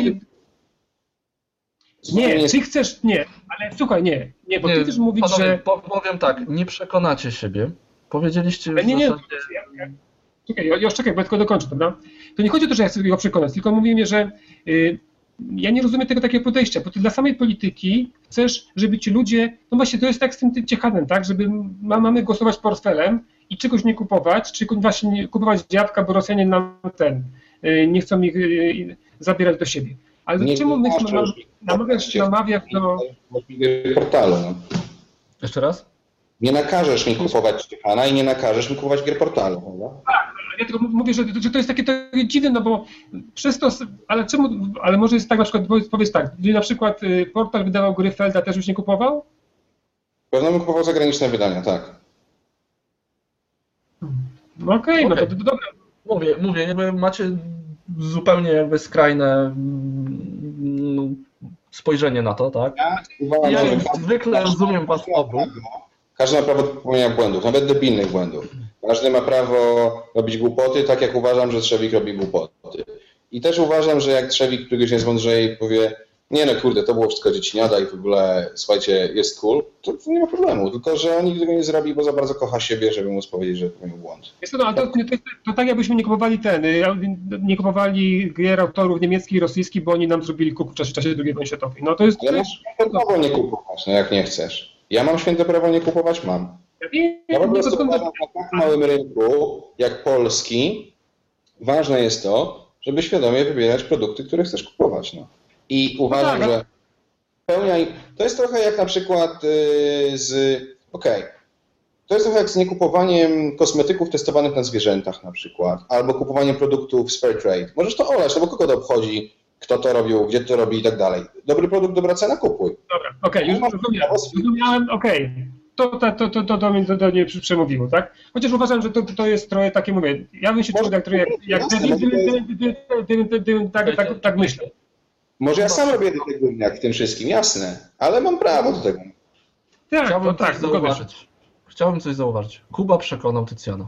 Nie, ty chcesz, nie, ale słuchaj, nie, bo ty chcesz mówić, panowie, że... Powiem tak, nie przekonacie siebie. Powiedzieliście już nie, czekaj, bo ja tylko dokończę, dobra? To nie chodzi o to, że ja chcę go przekonać, tylko mówimy, że ja nie rozumiem tego takiego podejścia, bo ty dla samej polityki chcesz, żeby ci ludzie, no właśnie to jest tak z tym ciechadem, tak, żeby mamy głosować portfelem i czegoś nie kupować, czy właśnie nie kupować dziadka, bo Rosjanie nam nie chcą ich zabierać do siebie. Ale nie, czemu my namawiać do... portalu. No. Jeszcze raz? Nie nakażesz mi kupować Ciechana i nie nakażesz mi kupować gier portalu, prawda? Tak, ja tylko mówię, że to jest takie dziwne, no bo przez to, ale może jest tak, na przykład, powiedz tak, gdy na przykład portal wydawał gry Felda, też już nie kupował? Pewno bym kupował zagraniczne wydania, tak. No okej, no to dobra. Mówię, jakby macie zupełnie jakby skrajne spojrzenie na to, tak? Ja zwykle rozumiem was obu. Każdy ma prawo do popełnienia błędów, nawet debilnych błędów. Każdy ma prawo robić głupoty, tak jak uważam, że Trzewik robi głupoty. I też uważam, że jak Trzewik, któryś jest mądrzej, powie, nie no kurde, to było wszystko dzieciniada i w ogóle, słuchajcie, jest cool, to nie ma problemu, tylko że on nigdy tego nie zrobi, bo za bardzo kocha siebie, żeby móc powiedzieć, że popełnił błąd. To tak jakbyśmy nie kupowali gier autorów niemieckich i rosyjskich, bo oni nam zrobili kup w czasie II wojny światowej. No to jest... Ale masz święte prawo nie kupować, no jak nie chcesz. Ja mam święte prawo nie kupować, mam. Ja po prostu uważam, na tak małym rynku jak polski ważne jest to, żeby świadomie wybierać produkty, które chcesz kupować. No. I uważam, że to jest trochę jak na przykład to jest trochę jak z niekupowaniem kosmetyków testowanych na zwierzętach na przykład, albo kupowaniem produktów z fair trade. Możesz to olać, no bo kogo to obchodzi, kto to robił, gdzie to robi i tak dalej. Dobry produkt, dobra cena, kupuj. Dobra, już zrozumiałem, To do mnie przemówiło, tak? Chociaż uważam, że to jest trochę takie, mówię, ja bym się czuł tak myślę. Może ja sam robię do tego jak w tym wszystkim, jasne, ale mam prawo do tego. Chciałbym coś zauważyć. Kuba przekonał Tycjana.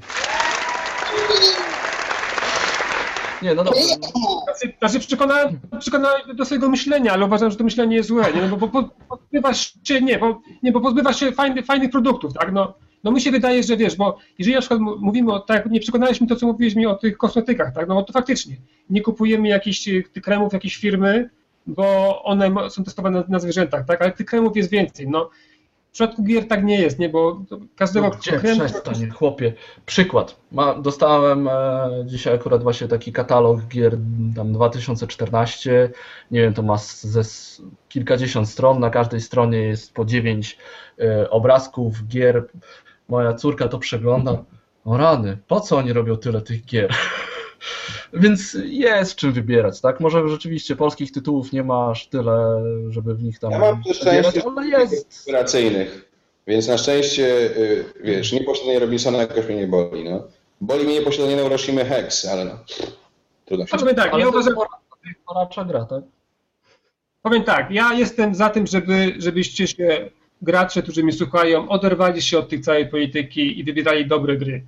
Nie, no dobrze. Znaczy przekonałem do swojego myślenia, ale uważam, że to myślenie jest złe, nie? No bo pozbywasz się, bo pozbywasz się fajnych produktów, tak? No, No mi się wydaje, że wiesz, bo jeżeli na przykład mówimy o, tak, nie przekonaliśmy to, co mówiłeś mi o tych kosmetykach, tak, no to faktycznie nie kupujemy jakichś tych kremów jakiejś firmy, bo one są testowane na zwierzętach, tak, ale tych kremów jest więcej, no. W przypadku gier tak nie jest, nie, bo każdego kremu... Przestań, chłopie. Przykład. Dostałem dzisiaj akurat właśnie taki katalog gier tam 2014. Nie wiem, to ma kilkadziesiąt stron. Na każdej stronie jest po 9 obrazków gier. Moja córka to przegląda. O rany, po co oni robią tyle tych gier? Więc jest czym wybierać, tak? Może rzeczywiście polskich tytułów nie masz tyle, żeby w nich tam... Ja mam też szczęście ale jest operacyjnych, więc na szczęście, wiesz, nieposiadanie Robinsona jakoś mnie nie boli, no. Boli mnie nieposiadanie Neuroshimy Hex, ale no, trudno się... Powiem tak, ale ja uważam... poracza gra, tak? Powiem tak, ja jestem za tym, żebyście się, gracze, którzy mnie słuchają, oderwali się od tej całej polityki i wybierali dobre gry.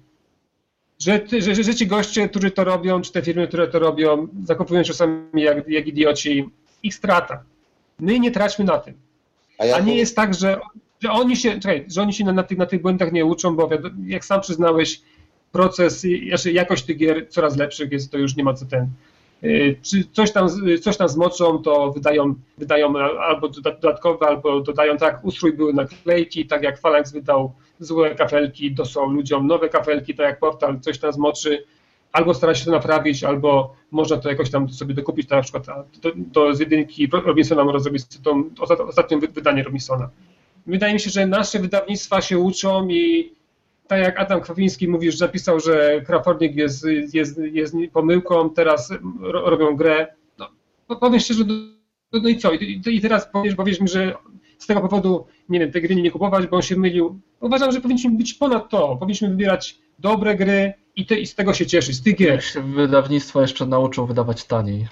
Że ci goście, którzy to robią, czy te firmy, które to robią, zakupują czasami jak idioci, ich strata. My nie traćmy na tym. A nie jest tak, że oni się na tych błędach nie uczą, bo jak sam przyznałeś, proces, jakość tych gier coraz lepszych jest, to już nie ma co ten. Czy coś tam zmoczą, to wydają albo dodatkowe, albo dodają tak, ustrój były naklejki, tak jak Phalanx wydał złe kafelki, dosłał ludziom nowe kafelki, tak jak Portal coś tam zmoczy, albo stara się to naprawić, albo można to jakoś tam sobie dokupić, tak na przykład z jedynki Robinsona można zrobić to ostatnie wydanie Robinsona. Wydaje mi się, że nasze wydawnictwa się uczą i tak jak Adam Kwapiński mówi, że napisał, że Crafornik jest pomyłką, teraz robią grę. No, powiem szczerze, no i co? I teraz powiesz mi, że z tego powodu, nie wiem, tej gry nie kupować, bo on się mylił. Uważam, że powinniśmy być ponad to. Powinniśmy wybierać dobre gry i z tego się cieszyć, z tych gier. Jak się wydawnictwa jeszcze nauczą wydawać taniej.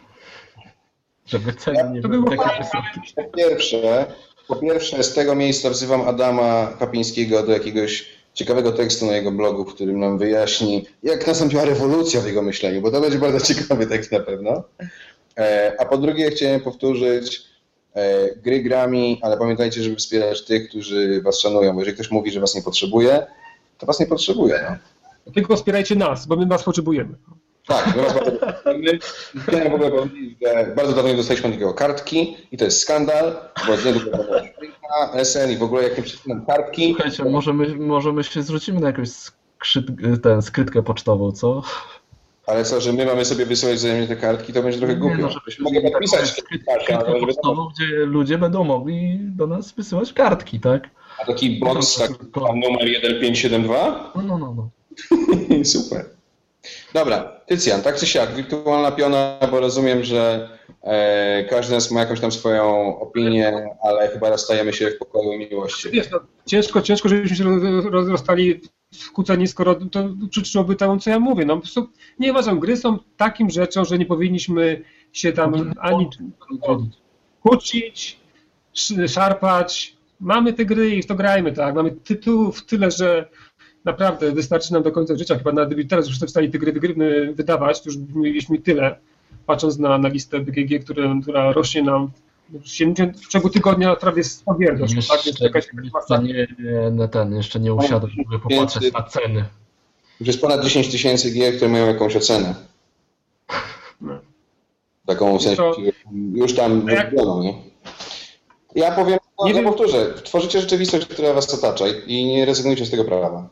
Żeby ceny nie były takie wysokie. Po pierwsze, z tego miejsca wzywam Adama Kapińskiego do jakiegoś ciekawego tekstu na jego blogu, w którym nam wyjaśni, jak nastąpiła rewolucja w jego myśleniu, bo to będzie bardzo ciekawy tekst na pewno. A po drugie, chciałem powtórzyć, gry grami, ale pamiętajcie, żeby wspierać tych, którzy was szanują, bo jeżeli ktoś mówi, że was nie potrzebuje, to was nie potrzebuje. No. Tylko wspierajcie nas, bo my was potrzebujemy. Tak, my was bardzo potrzebujemy. Chciałem w ogóle powiedzieć, że bardzo dawno nie dostaliśmy takiego kartki i to jest skandal, bo niedługo SN i w ogóle jak nie przeczytam kartki... Słuchajcie, możemy się zwrócimy na jakąś skrytkę pocztową, co? Ale co, że my mamy sobie wysyłać wzajemnie te kartki, to będzie trochę głupio. No, mogę podpisać skrytkę pocztową, gdzie ludzie będą mogli do nas wysyłać kartki, tak? A taki box, tak, numer 1572? No. Super. Dobra, Tycjan, tak czy siak, wirtualna piona, bo rozumiem, że każdy z nas ma jakąś tam swoją opinię, ale chyba rozstajemy się w pokoju miłości. Wiesz, no, ciężko, żebyśmy się rozstali w kłóceni, skoro to przyczynoby temu, co ja mówię. No, po prostu nie uważam, gry są takim rzeczą, że nie powinniśmy się tam ani kłócić, szarpać. Mamy te gry i w to grajmy, tak? Mamy tytułów tyle, że naprawdę wystarczy nam do końca życia. Chyba nawet gdyby teraz już przestali te gry wydawać, to już mieliśmy tyle, patrząc na listę BGG, która rośnie nam w ciągu tygodnia prawie 100 gier doszło, tak? Więc jakaś jeszcze nie usiadłem, żeby popatrzeć na ceny. Już jest ponad 10 000 gier, które mają jakąś ocenę. No. Taką w sensie, już tam wyglądają, nie? Ja powiem, powtórzę, tworzycie rzeczywistość, która was otacza i nie rezygnujcie z tego prawa.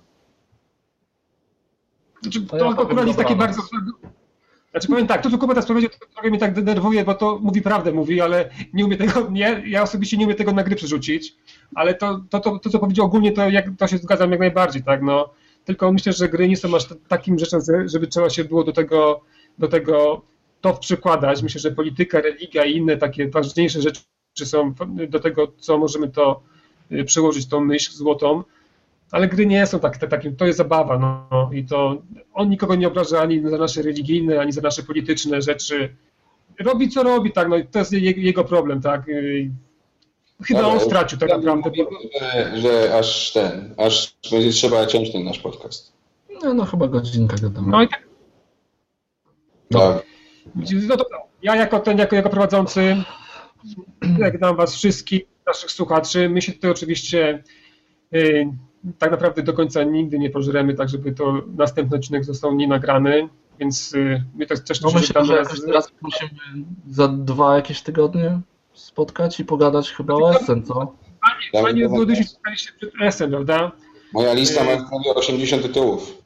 To akurat jest takie bardzo... Znaczy powiem tak, to co Kuba teraz powiedział, to trochę mnie tak denerwuje, bo to mówi, ale nie umie tego, ja osobiście nie umiem tego na gry przerzucić, ale to co powiedział ogólnie, to się zgadzam jak najbardziej, tak, no. Tylko myślę, że gry nie są aż takim rzeczą, żeby trzeba się było do tego to przykładać. Myślę, że polityka, religia i inne takie ważniejsze rzeczy są do tego, co możemy to przełożyć, tą myśl złotą. Ale gry nie są takim, to jest zabawa, no i to on nikogo nie obraża ani za nasze religijne, ani za nasze polityczne rzeczy. Robi co robi, tak, no i to jest jego problem, tak. Chyba on stracił tak naprawdę. Że aż będzie trzeba ciąć ten nasz podcast. No chyba godzinka gadamy. No i tak. Tak. No to ja jako prowadzący, jak dam was wszystkich, naszych słuchaczy, my się tutaj oczywiście tak naprawdę do końca nigdy nie pożremy, tak żeby to następny odcinek został nienagrany, więc my też No myślę, że jakoś teraz musimy za 2 jakieś tygodnie spotkać i pogadać chyba o Essen, co? Panie Włodysiu, spotkaliście przed Essen, prawda? Moja lista ma prawie 80 tytułów.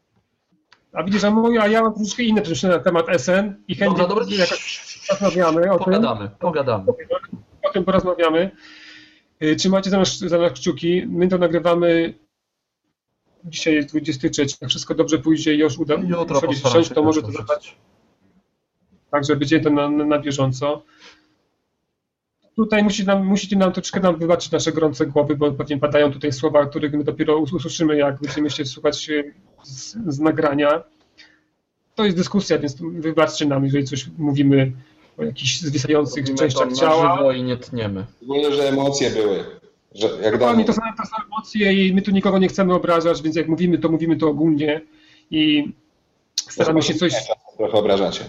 A widzisz, a ja mam troszkę inne przemyślenia na temat Essen i chętnie jakoś porozmawiamy o tym. Pogadamy. O tym porozmawiamy. Trzymajcie za nas kciuki. My to nagrywamy. Dzisiaj jest 23. Jak wszystko dobrze pójdzie i już uda się wsiąść, to może to zadać. Także będzie to na bieżąco. Tutaj musicie nam troszkę wybaczyć nasze gorące głowy, bo pewnie padają tutaj słowa, których my dopiero usłyszymy, jak będziemy się słuchać z nagrania. To jest dyskusja, więc wybaczcie nam, jeżeli coś mówimy o jakichś zwisających częściach ciała. Żywo i nie tniemy. Szczególnie, że emocje były. Dokładnie, to są emocje i my tu nikogo nie chcemy obrażać, więc jak mówimy to ogólnie i staramy się coś... Trochę obrażacie.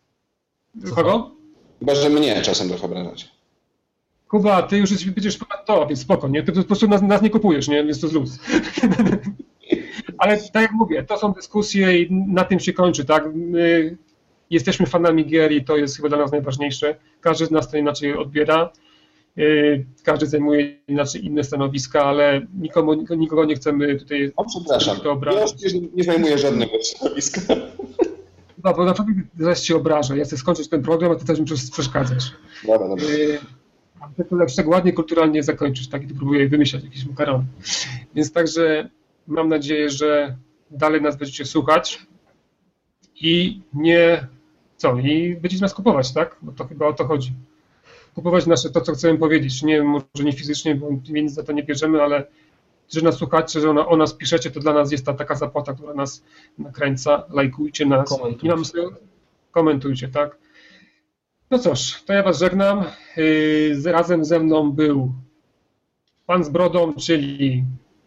Kogo? Chyba, że mnie czasem trochę obrażacie. Kuba, ty już będziesz ponad to, więc spoko, nie? Ty po prostu nas nie kupujesz, nie? Więc to zluz. Ale tak jak mówię, to są dyskusje i na tym się kończy, tak? My jesteśmy fanami gier i to jest chyba dla nas najważniejsze. Każdy z nas to inaczej odbiera. Każdy zajmuje inaczej inne stanowiska, ale nikogo nie chcemy tutaj... O, przepraszam, ja nie zajmuję żadnego stanowiska. No, bo naprawdę zaraz się obrażę. Ja chcę skończyć ten program, a ty też mi przeszkadzasz. Dobra. Jak tak ładnie, kulturalnie zakończysz, tak? I tu próbuję wymyślać jakieś makarony. Więc także mam nadzieję, że dalej nas będziecie słuchać i i będziecie nas kupować, tak? Bo to chyba o to chodzi. Kupować to, co chcemy powiedzieć. Nie, może nie fizycznie, bo nic za to nie bierzemy, ale że nas słuchacie, że o nas piszecie, to dla nas jest ta taka zapłata, która nas nakręca. Lajkujcie nas. Komentujcie, tak? No cóż, to ja was żegnam. Razem ze mną był pan z brodą, czyli...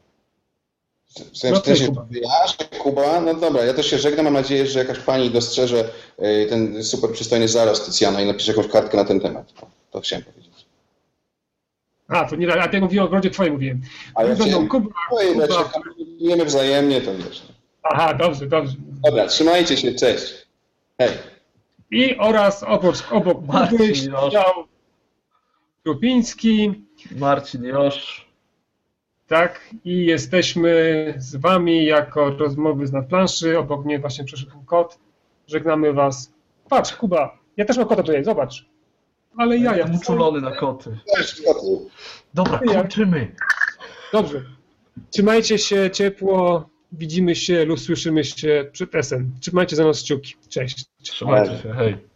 Kuba. No dobra, ja też się żegnam. Mam nadzieję, że jakaś pani dostrzeże ten super przystojny zarost Tycjana i napisze jakąś kartkę na ten temat. To chciałem powiedzieć. A ja mówiłem o brodzie twojej mówiłem. A ja Kuba. Wzajemnie, to wiesz. Aha, dobrze. Dobra, trzymajcie się, cześć. Hej. I oraz obok Kuby siedział Krupiński. Marcin Josz. Tak, i jesteśmy z wami jako rozmowy z nadplanszy. Obok mnie właśnie przyszedł kot. Żegnamy was. Patrz, Kuba, ja też mam kota tutaj, zobacz. Ale ja jestem uczulony na koty. Dobra, kończymy. Dobrze. Trzymajcie się ciepło. Widzimy się lub słyszymy się przed Essen. Trzymajcie za nas kciuki. Cześć. Trzymajcie się, hej.